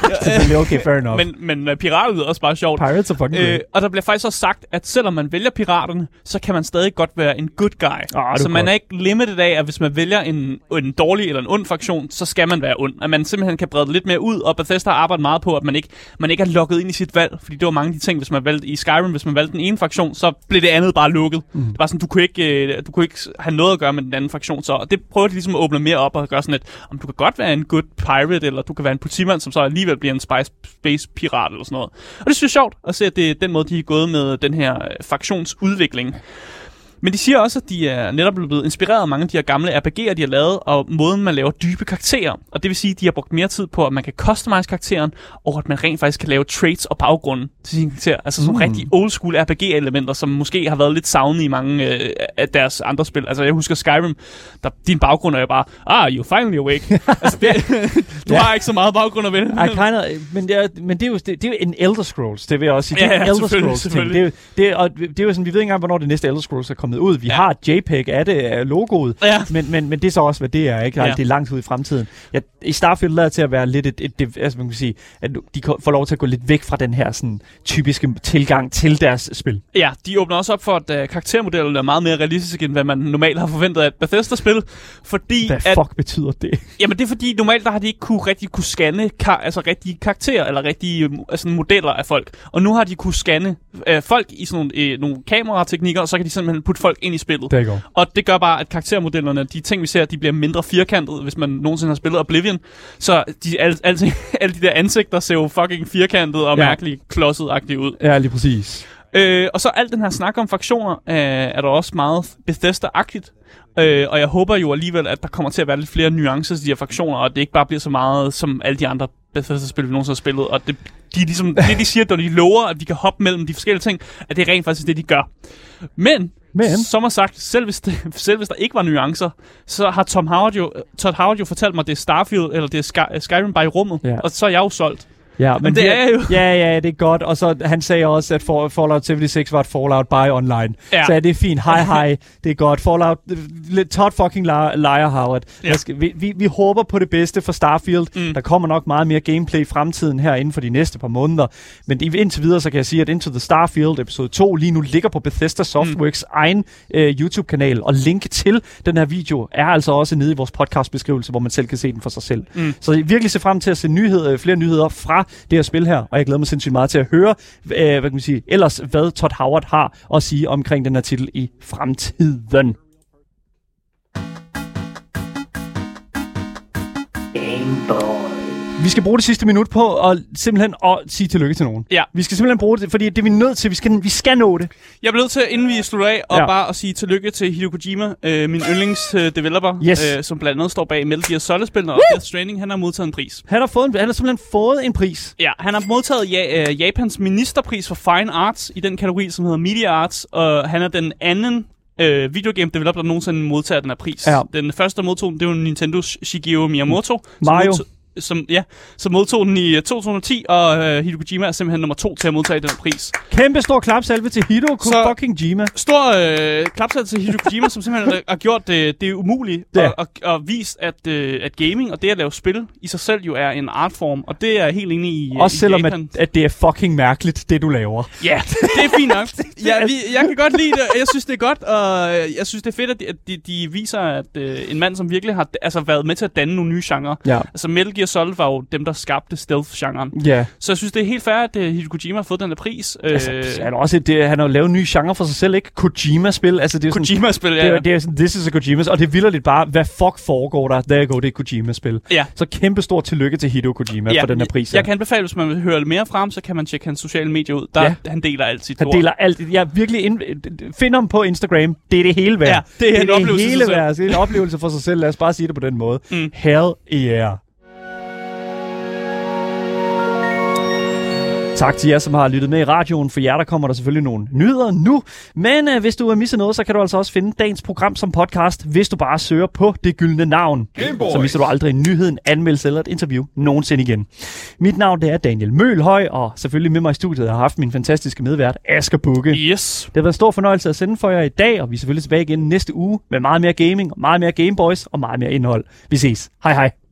Selvfølgelig, okay, fair enough. Men, men uh, pirater lyder også bare sjovt. Pirates are fucking great. Øh, og der bliver faktisk også sagt, at selvom man vælger piraterne, så kan man stadig godt være en good guy. Ah, så man godt. er ikke limited af, at hvis man vælger en, en dårlig eller en ond fraktion, så skal man være ond. At man simpelthen kan brede det lidt mere ud, og Bethesda har arbejdet meget på, at man ikke, man ikke er lukket ind i sit valg. Fordi det var mange af de ting, hvis man valgte i Skyrim, hvis man valgte den ene fraktion, så blev det andet bare lukket. Mm. Det var sådan, du kunne, ikke, du kunne ikke have noget at gøre med den anden fraktion. Så og det prøver de ligesom at åbne mere op og gøre sådan, at om du kan godt være en good pirate, eller du kan være en politimand, som så alligevel bliver en spice, space pirat eller sådan noget. Og det synes jeg er sjovt at se, at det er den måde, de er gået med den her fraktionsudvikling. Men de siger også, at de er netop blevet inspireret af mange af de her gamle R P G'er, de har lavet, og måden, man laver dybe karakterer. Og det vil sige, at de har brugt mere tid på, at man kan customize karakteren, og at man rent faktisk kan lave traits og baggrunden til sin karakter. Altså sådan mm. rigtig old school R P G-elementer, som måske har været lidt savnet i mange øh, af deres andre spil. Altså jeg husker Skyrim, der din baggrund er jo bare, ah, you finally awake. altså, det, du ja. har ikke så meget baggrund at vælge. I kinda, men det er, men det er, jo, det, det er jo en Elder Scrolls, det vil jeg også sige. Det er ja, ja, en Elder selvfølgelig, Scrolls ting. selvfølgelig. Det er, det, er, og det er jo sådan, vi ved ikke engang, hvornår det næste Elder Scrolls er kommet ud. Vi ja. har JPEG af det, af logoet, ja. men, men, men det er så også, hvad det er, ikke? Ja. Det er langt ud i fremtiden. Ja, i Starfield lader det til at være lidt et, et, et altså man kan sige, at de får lov til at gå lidt væk fra den her sådan, typiske tilgang til deres spil. Ja, de åbner også op for, at uh, karaktermodellen er meget mere realistisk, end hvad man normalt har forventet af et Bethesda-spil. Fordi hvad at, fuck betyder det? Jamen det er fordi, normalt der har de ikke kunne rigtig kunne scanne kar- altså rigtige karakterer, eller rigtige altså, modeller af folk. Og nu har de kunne scanne øh, folk i sådan nogle, øh, nogle kamerateknikker, og så kan de simpelthen putte folk ind i spillet. Det går. Og det gør bare, at karaktermodellerne, de ting vi ser, de bliver mindre firkantede, hvis man nogensinde har spillet Oblivion. Så de, alle, alle, alle de der ansigter ser jo fucking firkantede og ja. mærkeligt klodset-agtige ud. Ja, lige præcis. Øh, og så alt den her snak om fraktioner, øh, er der også meget Bethesda-agtigt. Øh, og jeg håber jo alligevel, at der kommer til at være lidt flere nuancer til de her fraktioner, og det ikke bare bliver så meget som alle de andre Bethesda-spil, vi nogensinde har spillet. Og det, de, ligesom, det de siger, når de lover, at de kan hoppe mellem de forskellige ting, at det er rent faktisk det, de gør. Men, Men. som har sagt, selv hvis, det, selv hvis der ikke var nuancer, så har Tom Howard jo, Todd Howard jo fortalt mig, at det er Starfield, eller det er Sky, Skyrim bare i rummet, ja. Og så er jeg jo solgt. Ja, men, men det de, er jo... Ja, ja, det er godt. Og så han sagde også, at for, Fallout seventy-six var et Fallout by online. Ja. Så ja, det er fint. Hej, hej. Det er godt. Fallout... Todd fucking liar, Howard. Ja. Skal, vi, vi, vi håber på det bedste for Starfield. Mm. Der kommer nok meget mere gameplay i fremtiden her inden for de næste par måneder. Men indtil videre, så kan jeg sige, at Into the Starfield episode to lige nu ligger på Bethesda Softworks mm. egen øh, YouTube-kanal. Og link til den her video er altså også nede i vores podcastbeskrivelse, hvor man selv kan se den for sig selv. Mm. Så virkelig se frem til at se nyheder, flere nyheder fra det her spil her, og jeg glæder mig sindssygt meget til at høre, øh, hvad kan man sige, ellers hvad Todd Howard har at sige omkring den her titel i fremtiden. Vi skal bruge det sidste minut på at simpelthen at sige tillykke til nogen. Ja. Vi skal simpelthen bruge det, fordi det er vi nødt til. Vi skal, vi skal nå det. Jeg bliver nødt til, inden vi slutter af, og ja. bare at sige tillykke til Hideo Kojima, øh, min yndlingsdeveloper, yes. øh, som blandt andet står bag Metal Gear Solid-spillene og Death Stranding. Han har modtaget en pris. Han har, fået en, han har simpelthen fået en pris. Ja, han har modtaget ja, øh, Japans ministerpris for Fine Arts i den kategori, som hedder Media Arts, og han er den anden Øh, videogame developer, der nogensinde modtager den her pris. Ja. Den første, der modtog den, det var Nintendos Shigeru Miyamoto. Mario. Som, modtog, som, ja, som modtog den i to tusind og ti, og øh, Hideo Kojima er simpelthen nummer to til at modtage den her pris. Kæmpe stor klapsalve til Hideo fucking Kojima. Stor øh, klapsalve til Hideo Kojima, som simpelthen har gjort det, det umulige, ja. og, og, og vist, at, øh, at gaming og det at lave spil i sig selv jo er en artform, og det er jeg helt enig i. Også i selvom, at, at det er fucking mærkeligt, det du laver. Ja, det er fint nok. Ja, vi, jeg kan godt lide det, jeg synes, det er godt, og jeg synes, det er fedt, at de, de viser, at øh, en mand, som virkelig har altså, været med til at danne nogle nye genrer. Ja. Altså Metal Gear Solid var jo dem, der skabte stealth-genren. Ja. Så jeg synes, det er helt fair, at uh, Hideo Kojima har fået den der pris. Altså, øh, han, også et, det, han har jo lavet nye genre for sig selv, ikke? Kojima-spil. Altså, det er Kojima-spil, ja. Det er, det er sådan, this is a Kojima, og det vilder lidt bare, hvad fuck foregår der? Der går det Kojima-spil. Ja. Så kæmpe stor tillykke til Hideo Kojima ja, for den her pris. Jeg, jeg kan anbefale, hvis man vil høre mere frem, så kan man tjekke hans sociale medier ud. Der, ja. Han deler alt sit Han ord. deler alt. Jeg virkelig ind, find ham på Instagram. Det er det hele værd. Ja, det er, det er en det oplevelse hele værd. Det er en oplevelse for sig selv. Lad os bare sige det på den måde. Mm. Hell yeah. Tak til jer, som har lyttet med i radioen. For jer, der kommer der selvfølgelig nogle nyheder nu. Men øh, hvis du har misset noget, så kan du altså også finde dagens program som podcast, hvis du bare søger på det gyldne navn. Så misser du aldrig en nyhed, en anmeldelse eller et interview nogensinde igen. Mit navn det er Daniel Mølhøj, og selvfølgelig med mig i studiet har jeg haft min fantastiske medvært, Asger Bukke. Yes. Det har været en stor fornøjelse at sende for jer i dag, og vi er selvfølgelig tilbage igen næste uge med meget mere gaming, meget mere Gameboys og meget mere indhold. Vi ses. Hej hej.